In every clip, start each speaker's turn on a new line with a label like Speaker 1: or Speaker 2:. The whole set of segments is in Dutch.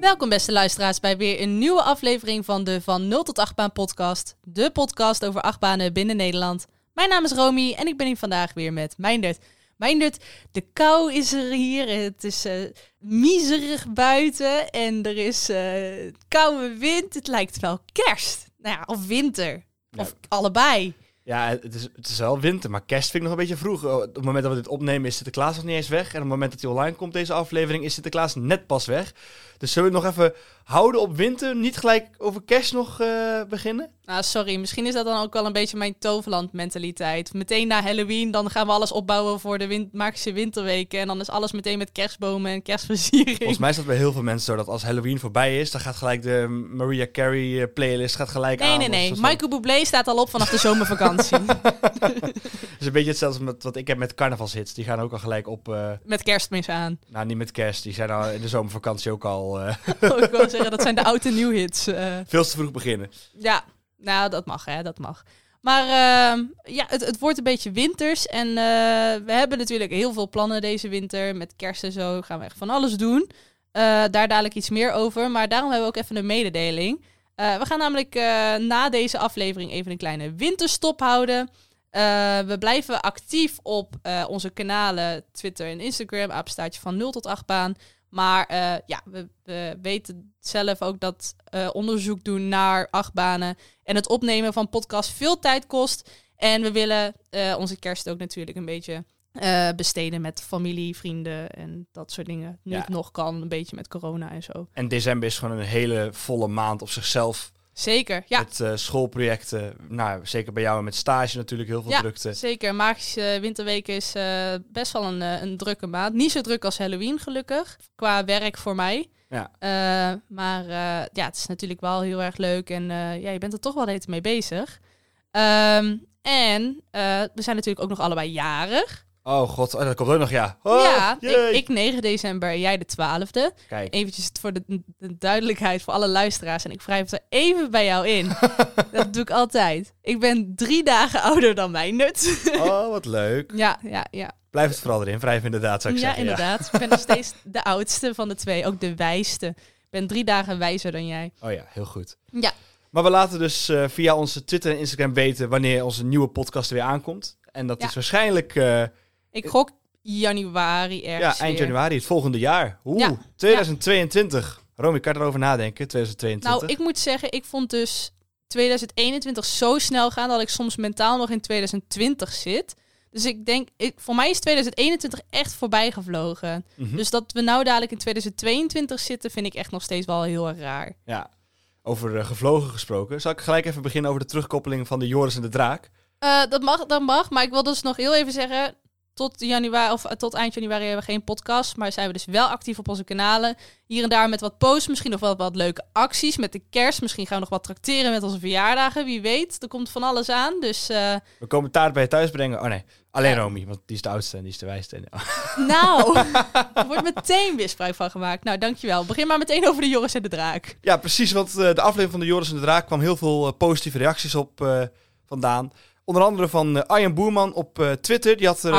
Speaker 1: Welkom beste luisteraars bij weer een nieuwe aflevering van de Van 0 tot 8 baan podcast. De podcast over achtbanen binnen Nederland. Mijn naam is Romy en ik ben hier vandaag weer met Meindert. Meindert, de kou is er hier. Het is miserig buiten en er is koude wind. Het lijkt wel kerst. Nou ja, of winter. Of allebei.
Speaker 2: Ja, het is wel winter, maar kerst vind ik nog een beetje vroeg. Op het moment dat we dit opnemen is Sinterklaas nog niet eens weg. En op het moment dat hij online komt, deze aflevering, is Sinterklaas net pas weg. Dus zullen we het nog even houden op winter? Niet gelijk over kerst nog beginnen?
Speaker 1: Nou, sorry. Misschien is dat dan ook wel een beetje mijn Toverland mentaliteit. Meteen na Halloween, dan gaan we alles opbouwen voor de magische winterweken. En dan is alles meteen met kerstbomen en kerstversiering.
Speaker 2: Volgens mij is dat bij heel veel mensen zo, dat als Halloween voorbij is, dan gaat gelijk de Mariah Carey playlist aan.
Speaker 1: Nee. Michael Bublé staat al op vanaf de zomervakantie.
Speaker 2: Het is een beetje hetzelfde met wat ik heb met carnavalshits. Die gaan ook al gelijk op...
Speaker 1: Met kerstmis aan.
Speaker 2: Nou, niet met kerst. Die zijn al in de zomervakantie ook al...
Speaker 1: Ik wil zeggen, dat zijn de oud en nieuw hits.
Speaker 2: Veel te vroeg beginnen.
Speaker 1: Ja, nou, dat mag, hè. Dat mag. Maar ja, het wordt een beetje winters. En we hebben natuurlijk heel veel plannen deze winter. Met kerst en zo gaan we echt van alles doen. Daar dadelijk iets meer over. Maar daarom hebben we ook even een mededeling. We gaan namelijk na deze aflevering even een kleine winterstop houden. We blijven actief op onze kanalen Twitter en Instagram. Apenstaartje van 0 tot 8 baan. Maar ja, we weten zelf ook dat onderzoek doen naar achtbanen en het opnemen van podcasts veel tijd kost. En we willen onze kerst ook natuurlijk een beetje besteden met familie, vrienden en dat soort dingen. Nu het nog kan, een beetje met corona en zo.
Speaker 2: En december is gewoon een hele volle maand op zichzelf.
Speaker 1: Zeker, ja.
Speaker 2: Met schoolprojecten, nou, zeker bij jou en met stage natuurlijk heel veel drukte.
Speaker 1: Ja, zeker. Magische winterweken is best wel een drukke maand. Niet zo druk als Halloween, gelukkig. Qua werk voor mij.
Speaker 2: Ja.
Speaker 1: Maar ja, het is natuurlijk wel heel erg leuk. En ja, je bent er toch wel de hele tijd mee bezig. En we zijn natuurlijk ook nog allebei jarig.
Speaker 2: Oh god, dat komt ook nog, ja. Oh,
Speaker 1: ja, ik 9 december en jij de 12e.
Speaker 2: Kijk.
Speaker 1: Eventjes voor de duidelijkheid voor alle luisteraars. En ik wrijf er even bij jou in. Dat doe ik altijd. Ik ben 3 dagen ouder dan Meindert.
Speaker 2: Oh, wat leuk.
Speaker 1: Ja.
Speaker 2: Blijf het vooral erin, wrijf inderdaad, zou ik zeggen.
Speaker 1: Ja, inderdaad. Ik ben nog steeds de oudste van de 2. Ook de wijste. Ik ben 3 dagen wijzer dan jij.
Speaker 2: Oh ja, heel goed.
Speaker 1: Ja.
Speaker 2: Maar we laten dus via onze Twitter en Instagram weten wanneer onze nieuwe podcast er weer aankomt. En dat is waarschijnlijk...
Speaker 1: ik gok januari ergens.
Speaker 2: Ja, eind
Speaker 1: weer.
Speaker 2: januari, het volgende jaar. 2022. Romy, kan je erover nadenken, 2022?
Speaker 1: Nou, ik moet zeggen, ik vond dus 2021 zo snel gaan dat ik soms mentaal nog in 2020 zit. Dus ik denk, voor mij is 2021 echt voorbij gevlogen.
Speaker 2: Mm-hmm.
Speaker 1: Dus dat we nou dadelijk in 2022 zitten, vind ik echt nog steeds wel heel erg raar.
Speaker 2: Ja, over gevlogen gesproken. Zal ik gelijk even beginnen over de terugkoppeling van de Joris en de Draak?
Speaker 1: Dat mag, maar ik wil dus nog heel even zeggen... Tot eind januari hebben we geen podcast, maar zijn we dus wel actief op onze kanalen. Hier en daar met wat posts, misschien nog wel wat leuke acties met de kerst. Misschien gaan we nog wat trakteren met onze verjaardagen, wie weet. Er komt van alles aan, dus...
Speaker 2: We komen taart bij je thuis brengen. Oh nee, alleen Romy, want die is de oudste en die is de wijste.
Speaker 1: Nou, er wordt meteen misbruik van gemaakt. Nou, dankjewel. Begin maar meteen over de Joris en de Draak.
Speaker 2: Ja, precies, want de aflevering van de Joris en de Draak kwam heel veel positieve reacties op vandaan. Onder andere van Arjen Boerman op Twitter. Die had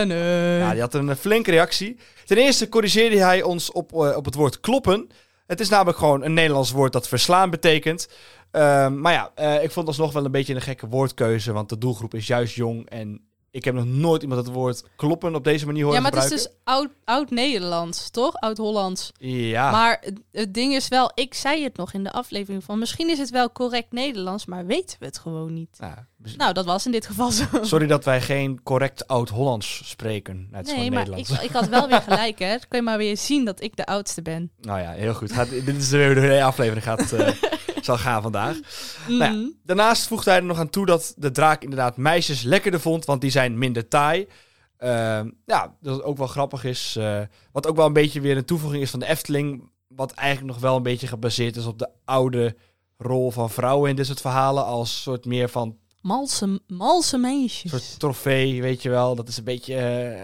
Speaker 2: een flinke reactie. Ten eerste corrigeerde hij ons op het woord kloppen. Het is namelijk gewoon een Nederlands woord dat verslaan betekent. Maar ja, ik vond alsnog wel een beetje een gekke woordkeuze. Want de doelgroep is juist jong. En ik heb nog nooit iemand het woord kloppen op deze manier horen gebruiken.
Speaker 1: Ja, maar het is dus oud-Nederlands, toch? Oud-Hollands.
Speaker 2: Ja.
Speaker 1: Maar het ding is wel, ik zei het nog in de aflevering van... Misschien is het wel correct Nederlands, maar weten we het gewoon niet.
Speaker 2: Ja,
Speaker 1: nou, dat was in dit geval zo.
Speaker 2: Sorry dat wij geen correct oud-Hollands spreken. Het is gewoon Nederlands.
Speaker 1: Ik had wel weer gelijk, hè. Dan kun je maar weer zien dat ik de oudste ben.
Speaker 2: Nou ja, heel goed. Dit is weer de hele aflevering zal gaan vandaag. Nou ja, daarnaast voegde hij er nog aan toe dat de draak inderdaad meisjes lekkerder vond, want die zijn minder taai. Ja, dat het ook wel grappig is. Wat ook wel een beetje weer een toevoeging is van de Efteling, wat eigenlijk nog wel een beetje gebaseerd is op de oude rol van vrouwen in dit soort verhalen, als soort meer van...
Speaker 1: Malse meisjes.
Speaker 2: Een soort trofee, weet je wel. Dat is een beetje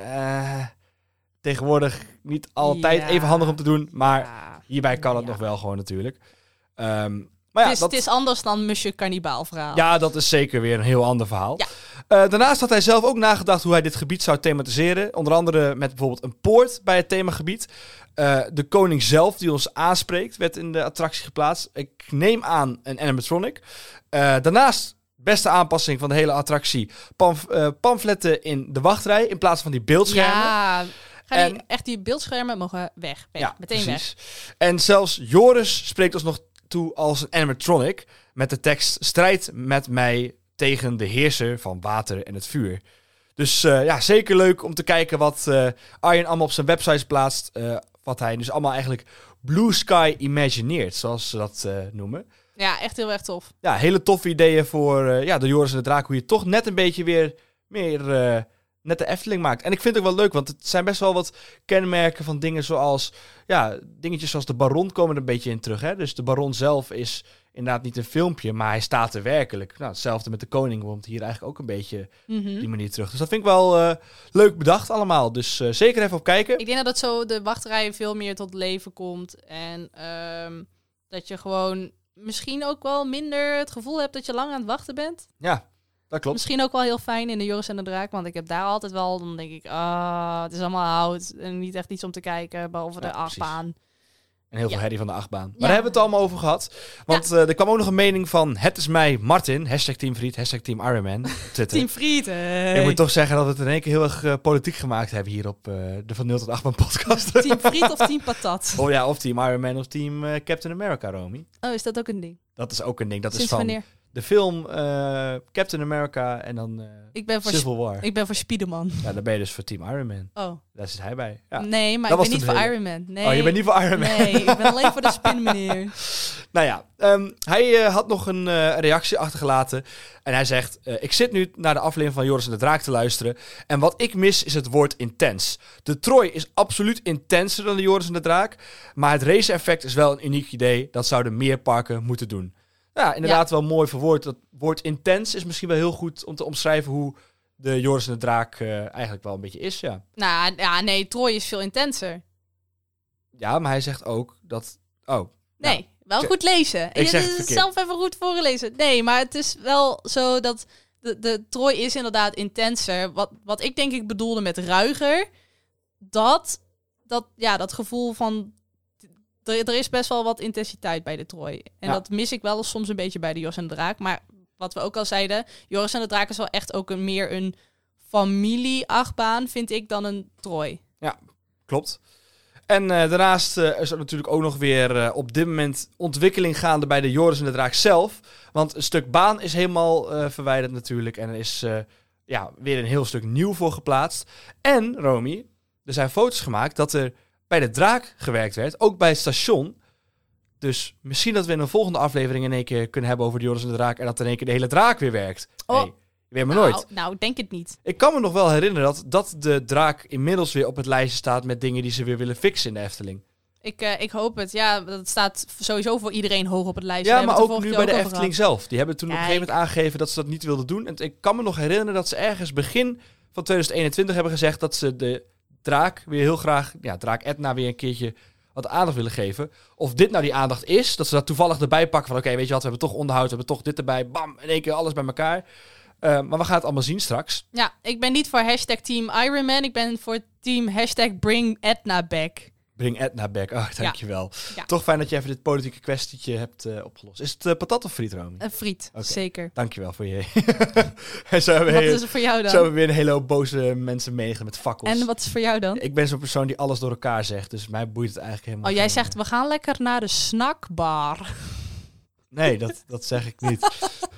Speaker 2: tegenwoordig niet altijd even handig om te doen, maar hierbij kan het nog wel gewoon natuurlijk. Maar Maar
Speaker 1: het is anders dan Monsieur Cannibaal verhaal.
Speaker 2: Ja, dat is zeker weer een heel ander verhaal. Ja. Daarnaast had hij zelf ook nagedacht hoe hij dit gebied zou thematiseren. Onder andere met bijvoorbeeld een poort bij het themagebied. De koning zelf die ons aanspreekt werd in de attractie geplaatst. Ik neem aan een animatronic. Daarnaast, beste aanpassing van de hele attractie, pamfletten in de wachtrij in plaats van die beeldschermen.
Speaker 1: Ja, die beeldschermen mogen weg. Ja, meteen precies. Weg.
Speaker 2: En zelfs Joris spreekt ons nog toe als een animatronic met de tekst: strijd met mij tegen de heerser van water en het vuur. Dus zeker leuk om te kijken wat Arjen allemaal op zijn websites plaatst. Wat hij dus allemaal eigenlijk Blue Sky imagineert, zoals ze dat noemen.
Speaker 1: Ja, echt heel erg tof.
Speaker 2: Ja, hele toffe ideeën voor de Joris en de Draak. Hoe je toch net een beetje weer meer net de Efteling maakt. En ik vind het ook wel leuk, want het zijn best wel wat kenmerken van dingen zoals... Ja, dingetjes zoals de Baron komen er een beetje in terug. Hè? Dus de Baron zelf is inderdaad niet een filmpje, maar hij staat er werkelijk. Nou, hetzelfde met de koning komt hier eigenlijk ook een beetje die manier terug. Dus dat vind ik wel leuk bedacht allemaal. Dus zeker even op kijken.
Speaker 1: Ik denk dat het zo de wachtrij veel meer tot leven komt. En dat je gewoon misschien ook wel minder het gevoel hebt dat je lang aan het wachten bent.
Speaker 2: Ja, dat klopt.
Speaker 1: Misschien ook wel heel fijn in de Joris en de Draak. Want ik heb daar altijd wel, dan denk ik, het is allemaal hout. En niet echt iets om te kijken, behalve de achtbaan.
Speaker 2: En heel veel herrie van de achtbaan. Maar daar hebben we het allemaal over gehad. Want er kwam ook nog een mening van: het is mij, Martin. #Team Friet, #Team Ironman.
Speaker 1: Team Friet,
Speaker 2: Ik moet toch zeggen dat we het in één keer heel erg politiek gemaakt hebben hier op de Van 0 tot 8 podcast.
Speaker 1: Team Friet of Team Patat?
Speaker 2: Oh ja, of Team Ironman of Team Captain America, Romy.
Speaker 1: Oh, is dat ook een ding?
Speaker 2: Dat is ook een ding. Dat
Speaker 1: Sinds
Speaker 2: is van
Speaker 1: wanneer?
Speaker 2: De film Captain America en dan Civil War.
Speaker 1: Ik ben voor Spiderman.
Speaker 2: Ja, daar ben je dus voor Team Ironman.
Speaker 1: Oh.
Speaker 2: Daar zit hij bij. Ja.
Speaker 1: Nee, maar ik ben niet voor Ironman. Nee.
Speaker 2: Oh, je bent niet voor Ironman?
Speaker 1: Nee, ik ben alleen voor de spinmeneer.
Speaker 2: Nou ja, hij had nog een reactie achtergelaten. En hij zegt: ik zit nu naar de aflevering van Joris en de Draak te luisteren. En wat ik mis is het woord intens. De Troy is absoluut intenser dan de Joris en de Draak. Maar het race-effect is wel een uniek idee. Dat zouden meer parken moeten doen. Ja, inderdaad wel mooi verwoord. Dat woord intens is misschien wel heel goed om te omschrijven hoe de Joris en de Draak eigenlijk wel een beetje is, ja.
Speaker 1: Nou, ja, nee, Troy is veel intenser.
Speaker 2: Ja, maar hij zegt ook dat... Oh.
Speaker 1: Nee, wel goed lezen.
Speaker 2: Ik zeg het
Speaker 1: verkeerd. Zelf even goed voorgelezen. Nee, maar het is wel zo dat de Troy is inderdaad intenser. Wat ik denk ik bedoelde met ruiger, dat gevoel van... Er is best wel wat intensiteit bij de Troy. En dat mis ik wel soms een beetje bij de Joris en de Draak. Maar wat we ook al zeiden, Joris en de Draak is wel echt ook meer een familie-achtbaan, vind ik, dan een Troy. Ja,
Speaker 2: klopt. En daarnaast is er natuurlijk ook nog weer op dit moment ontwikkeling gaande bij de Joris en de Draak zelf. Want een stuk baan is helemaal verwijderd natuurlijk. En er is weer een heel stuk nieuw voor geplaatst. En, Romy, er zijn foto's gemaakt dat er bij de Draak gewerkt werd, ook bij het station. Dus misschien dat we in een volgende aflevering in één keer kunnen hebben over de Joris en de Draak en dat in één keer de hele Draak weer werkt.
Speaker 1: Oh.
Speaker 2: Hey, weet maar nooit.
Speaker 1: Nou, denk het niet.
Speaker 2: Ik kan me nog wel herinneren dat de Draak inmiddels weer op het lijstje staat met dingen die ze weer willen fixen in de Efteling.
Speaker 1: Ik hoop het. Ja, dat staat sowieso voor iedereen hoog op het lijstje.
Speaker 2: Ja, maar ook nu bij de Efteling zelf. Die hebben toen op een gegeven moment aangegeven dat ze dat niet wilden doen. En ik kan me nog herinneren dat ze ergens begin van 2021 hebben gezegd dat ze de Draak weer heel graag, Draak Etna weer een keertje wat aandacht willen geven. Of dit nou die aandacht is, dat ze dat toevallig erbij pakken van oké, weet je wat, we hebben toch onderhoud, we hebben toch dit erbij, bam, in één keer alles bij elkaar. Maar we gaan het allemaal zien straks.
Speaker 1: Ja, ik ben niet voor #Team Ironman, ik ben voor team #Bring Etna Back.
Speaker 2: Bring Etna back. Oh, dankjewel.
Speaker 1: Ja.
Speaker 2: Toch fijn dat je even dit politieke kwestietje hebt opgelost. Is het patat of friet, Romy?
Speaker 1: Friet, okay. Zeker.
Speaker 2: Dankjewel voor je...
Speaker 1: Wat is er voor jou dan?
Speaker 2: Zo hebben we weer een hele hoop boze mensen meegen met fakkels.
Speaker 1: En wat is voor jou dan?
Speaker 2: Ik ben zo'n persoon die alles door elkaar zegt. Dus mij boeit het eigenlijk helemaal.
Speaker 1: Oh, jij zegt, we gaan lekker naar de snackbar.
Speaker 2: Nee, dat zeg ik niet.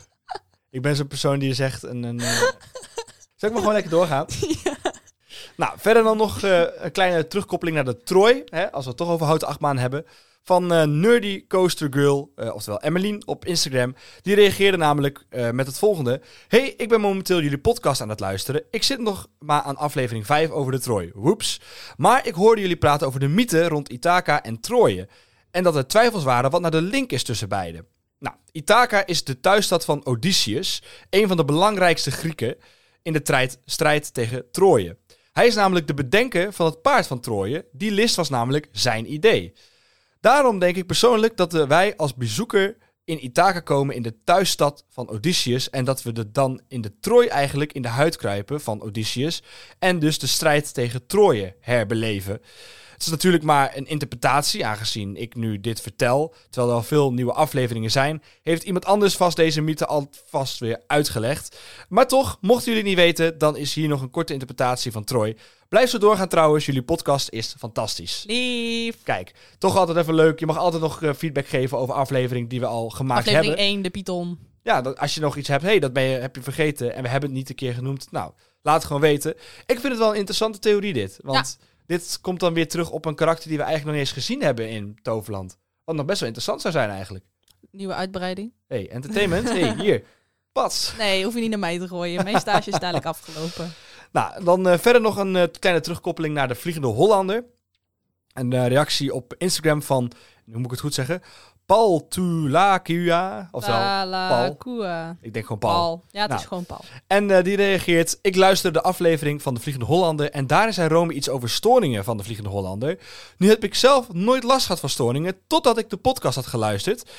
Speaker 2: Ik ben zo'n persoon die zegt... Zal ik maar gewoon lekker doorgaan? Ja. Nou, verder dan nog een kleine terugkoppeling naar de Troy. Hè, als we het toch over houten achtbaan hebben. Van Nerdy Coaster Girl, oftewel Emmeline, op Instagram. Die reageerde namelijk met het volgende. Hey, ik ben momenteel jullie podcast aan het luisteren. Ik zit nog maar aan aflevering 5 over de Troy. Woeps. Maar ik hoorde jullie praten over de mythe rond Ithaca en Troje. En dat er twijfels waren wat nou de link is tussen beiden. Nou, Ithaca is de thuisstad van Odysseus. Een van de belangrijkste Grieken in de strijd tegen Troje. Hij is namelijk de bedenker van het paard van Troje. Die list was namelijk zijn idee. Daarom denk ik persoonlijk dat wij als bezoeker in Ithaca komen, in de thuisstad van Odysseus. En dat we er dan in de Trooi eigenlijk in de huid kruipen van Odysseus. En dus de strijd tegen Troje herbeleven. Het is natuurlijk maar een interpretatie, aangezien ik nu dit vertel. Terwijl er al veel nieuwe afleveringen zijn, heeft iemand anders vast deze mythe alvast weer uitgelegd. Maar toch, mochten jullie het niet weten, dan is hier nog een korte interpretatie van Troy. Blijf zo doorgaan trouwens, jullie podcast is fantastisch.
Speaker 1: Lief.
Speaker 2: Kijk, toch altijd even leuk. Je mag altijd nog feedback geven over afleveringen die we al gemaakt hebben.
Speaker 1: Aflevering 1, de Python.
Speaker 2: Ja, als je nog iets hebt, dat heb je vergeten en we hebben het niet een keer genoemd. Nou, laat het gewoon weten. Ik vind het wel een interessante theorie dit, want... Ja. Dit komt dan weer terug op een karakter die we eigenlijk nog niet eens gezien hebben in Toverland. Wat nog best wel interessant zou zijn eigenlijk.
Speaker 1: Nieuwe uitbreiding.
Speaker 2: Hey, entertainment. Hey, hier. Pas.
Speaker 1: Nee, hoef je niet naar mij te gooien. Mijn stage is dadelijk afgelopen.
Speaker 2: Nou, dan verder nog een kleine terugkoppeling naar de Vliegende Hollander. Een reactie op Instagram van, hoe moet ik het goed zeggen? Paul Tulakua. Oftewel, Paul. Ik denk gewoon Paul.
Speaker 1: Ja, het is gewoon Paul.
Speaker 2: En die reageert: ik luisterde de aflevering van de Vliegende Hollander en daarin zei Rome iets over storingen van de Vliegende Hollander. Nu heb ik zelf nooit last gehad van storingen, totdat ik de podcast had geluisterd.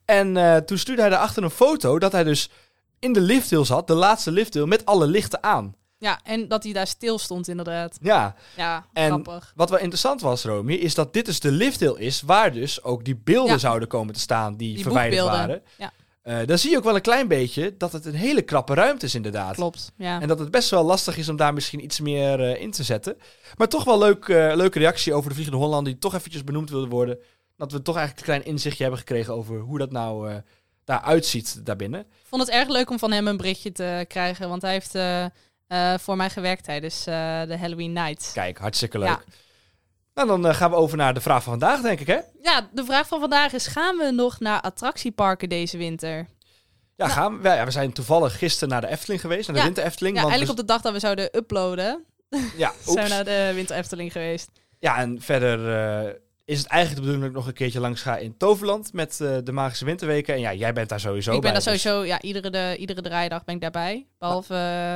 Speaker 2: En toen stuurde hij daarachter een foto dat hij dus in de lifthill zat, de laatste lifthill, met alle lichten aan.
Speaker 1: Ja, en dat hij daar stil stond inderdaad.
Speaker 2: Ja,
Speaker 1: en grappig.
Speaker 2: Wat wel interessant was, Romy, is dat dit dus de lifthill is waar dus ook die beelden zouden komen te staan die verwijderd waren. Ja. Dan zie je ook wel een klein beetje dat het een hele krappe ruimte is inderdaad.
Speaker 1: Klopt, ja.
Speaker 2: En dat het best wel lastig is om daar misschien iets meer in te zetten. Maar toch wel leuke reactie over de Vliegende Hollander die toch eventjes benoemd wilde worden. Dat we toch eigenlijk een klein inzichtje hebben gekregen over hoe dat nou daaruit ziet daarbinnen.
Speaker 1: Ik vond het erg leuk om van hem een berichtje te krijgen, want hij heeft... voor mij gewerkt tijdens de Halloween Night.
Speaker 2: Kijk, hartstikke leuk. Ja. Nou, dan gaan we over naar de vraag van vandaag, denk ik, hè?
Speaker 1: Ja, de vraag van vandaag is: gaan we nog naar attractieparken deze winter?
Speaker 2: Ja, gaan we. Ja, we zijn toevallig gisteren naar de Efteling geweest, naar de Winter Efteling.
Speaker 1: Ja, eigenlijk op de dag dat we zouden uploaden, zijn we naar de Winter Efteling geweest.
Speaker 2: Ja, en verder is het eigenlijk de bedoeling dat ik nog een keertje langs ga in Toverland met de Magische Winterweken. En ja, jij bent daar sowieso bij.
Speaker 1: Ik ben daar sowieso, ja, iedere draaidag ben ik daarbij. Behalve...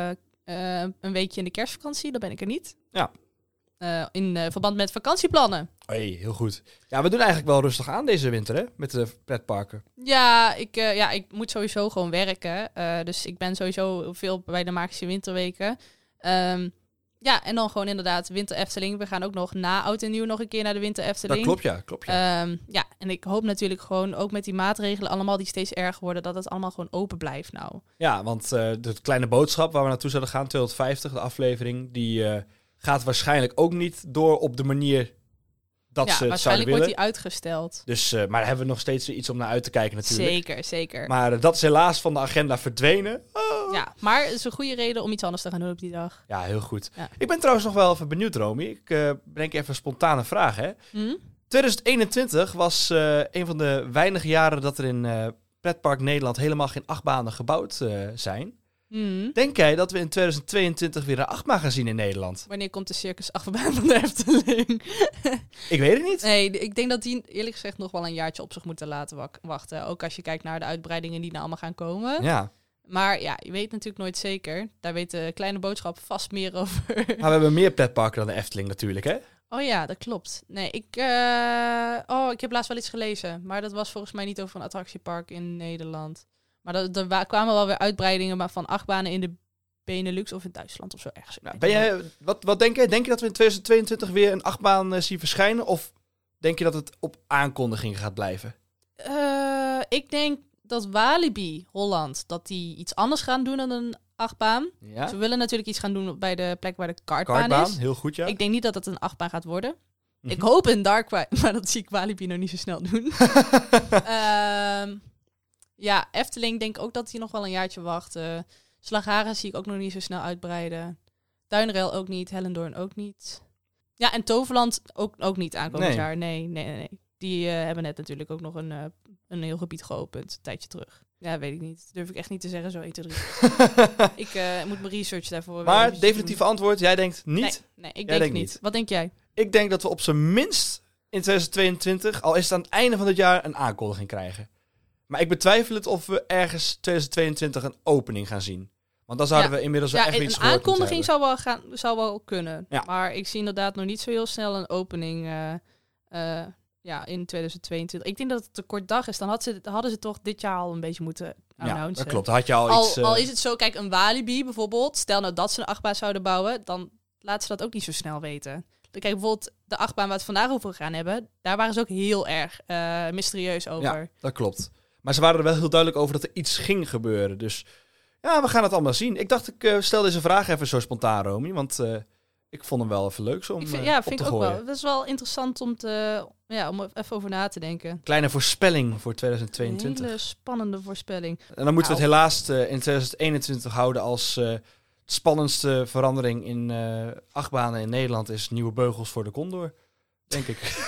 Speaker 1: een weekje in de kerstvakantie, dan ben ik er niet.
Speaker 2: Ja.
Speaker 1: In verband met vakantieplannen.
Speaker 2: Hey, heel goed. Ja, we doen eigenlijk wel rustig aan deze winter, hè? Met de pretparken.
Speaker 1: Ja, ik moet sowieso gewoon werken. Dus ik ben sowieso veel bij de Magische Winterweken. Ja, en dan gewoon inderdaad Winter Efteling. We gaan ook nog na Oud en Nieuw nog een keer naar de Winter Efteling.
Speaker 2: Dat klopt, ja.
Speaker 1: Ja, en ik hoop natuurlijk gewoon ook met die maatregelen allemaal die steeds erger worden, dat het allemaal gewoon open blijft nou.
Speaker 2: Ja, want de kleine boodschap waar we naartoe zouden gaan, 250, de aflevering, die gaat waarschijnlijk ook niet door op de manier dat ze het zouden willen.
Speaker 1: Waarschijnlijk wordt die uitgesteld.
Speaker 2: Dus, maar daar hebben we nog steeds iets om naar uit te kijken natuurlijk.
Speaker 1: Zeker.
Speaker 2: Maar dat is helaas van de agenda verdwenen. Oh.
Speaker 1: Ja, maar het is een goede reden om iets anders te gaan doen op die dag.
Speaker 2: Ja, heel goed. Ja. Ik ben trouwens nog wel even benieuwd, Romy. Ik bedenk even een spontane vraag, hè. 2021 was een van de weinige jaren dat er in Pretpark Nederland helemaal geen achtbanen gebouwd zijn. Denk jij dat we in 2022 weer een achtbaan gaan zien in Nederland?
Speaker 1: Wanneer komt de circus achtbaan van de Efteling?
Speaker 2: Ik weet het niet.
Speaker 1: Nee, ik denk dat die eerlijk gezegd nog wel een jaartje op zich moeten laten wachten. Ook als je kijkt naar de uitbreidingen die nou allemaal gaan komen.
Speaker 2: Ja.
Speaker 1: Maar ja, je weet natuurlijk nooit zeker. Daar weet de Kleine Boodschap vast meer over.
Speaker 2: Maar we hebben meer pretparken dan de Efteling natuurlijk, hè?
Speaker 1: Oh ja, dat klopt. Nee, ik heb laatst wel iets gelezen. Maar dat was volgens mij niet over een attractiepark in Nederland. Maar er kwamen wel weer uitbreidingen van achtbanen in de Benelux of in Duitsland of zo ergens.
Speaker 2: Nou, wat denk je? Denk je dat we in 2022 weer een achtbaan zien verschijnen? Of denk je dat het op aankondiging gaat blijven?
Speaker 1: Ik denk dat Walibi Holland, dat die iets anders gaan doen dan een achtbaan. Ja. Ze willen natuurlijk iets gaan doen bij de plek waar de kartbaan is.
Speaker 2: Heel goed, ja.
Speaker 1: Ik denk niet dat het een achtbaan gaat worden. Ik hoop een Dark Ride, maar dat zie ik Walibi nog niet zo snel doen. Ja, Efteling denk ik ook dat hij nog wel een jaartje wacht. Slagharen zie ik ook nog niet zo snel uitbreiden. Duinrail ook niet, Hellendoorn ook niet. Ja, en Toverland ook niet aankomend jaar. Nee. Die hebben net natuurlijk ook nog een heel gebied geopend, een tijdje terug. Ja, weet ik niet. Dat durf ik echt niet te zeggen, zo 1, 2, 3. Ik moet mijn research daarvoor...
Speaker 2: Maar definitieve antwoord, jij denkt niet?
Speaker 1: Nee, ik denk niet. Wat denk jij?
Speaker 2: Ik denk dat we op zijn minst in 2022, al is het aan het einde van het jaar, een aankondiging krijgen. Maar ik betwijfel het of we ergens 2022 een opening gaan zien. Want dan zouden we inmiddels wel echt iets gehoord
Speaker 1: een aankondiging zou wel kunnen. Ja. Maar ik zie inderdaad nog niet zo heel snel een opening in 2022. Ik denk dat het een kort dag is. Dan hadden ze toch dit jaar al een beetje moeten announcen.
Speaker 2: Ja, dat klopt. Had je al
Speaker 1: is het zo, kijk, een Walibi bijvoorbeeld. Stel nou dat ze een achtbaan zouden bouwen, dan laten ze dat ook niet zo snel weten. Kijk, bijvoorbeeld de achtbaan waar we het vandaag over gaan hebben, daar waren ze ook heel erg mysterieus over.
Speaker 2: Ja, dat klopt. Maar ze waren er wel heel duidelijk over dat er iets ging gebeuren. Dus ja, we gaan het allemaal zien. Ik dacht, ik stel deze vraag even zo spontaan, Romy. Want ik vond hem wel even leuk om
Speaker 1: vind ik ook
Speaker 2: gooien.
Speaker 1: wel. Dat is wel interessant om even over na te denken.
Speaker 2: Kleine voorspelling voor 2022.
Speaker 1: Een hele spannende voorspelling.
Speaker 2: En dan moeten we het helaas in 2021 houden als de spannendste verandering in achtbanen in Nederland is nieuwe beugels voor de Condor. Denk ik.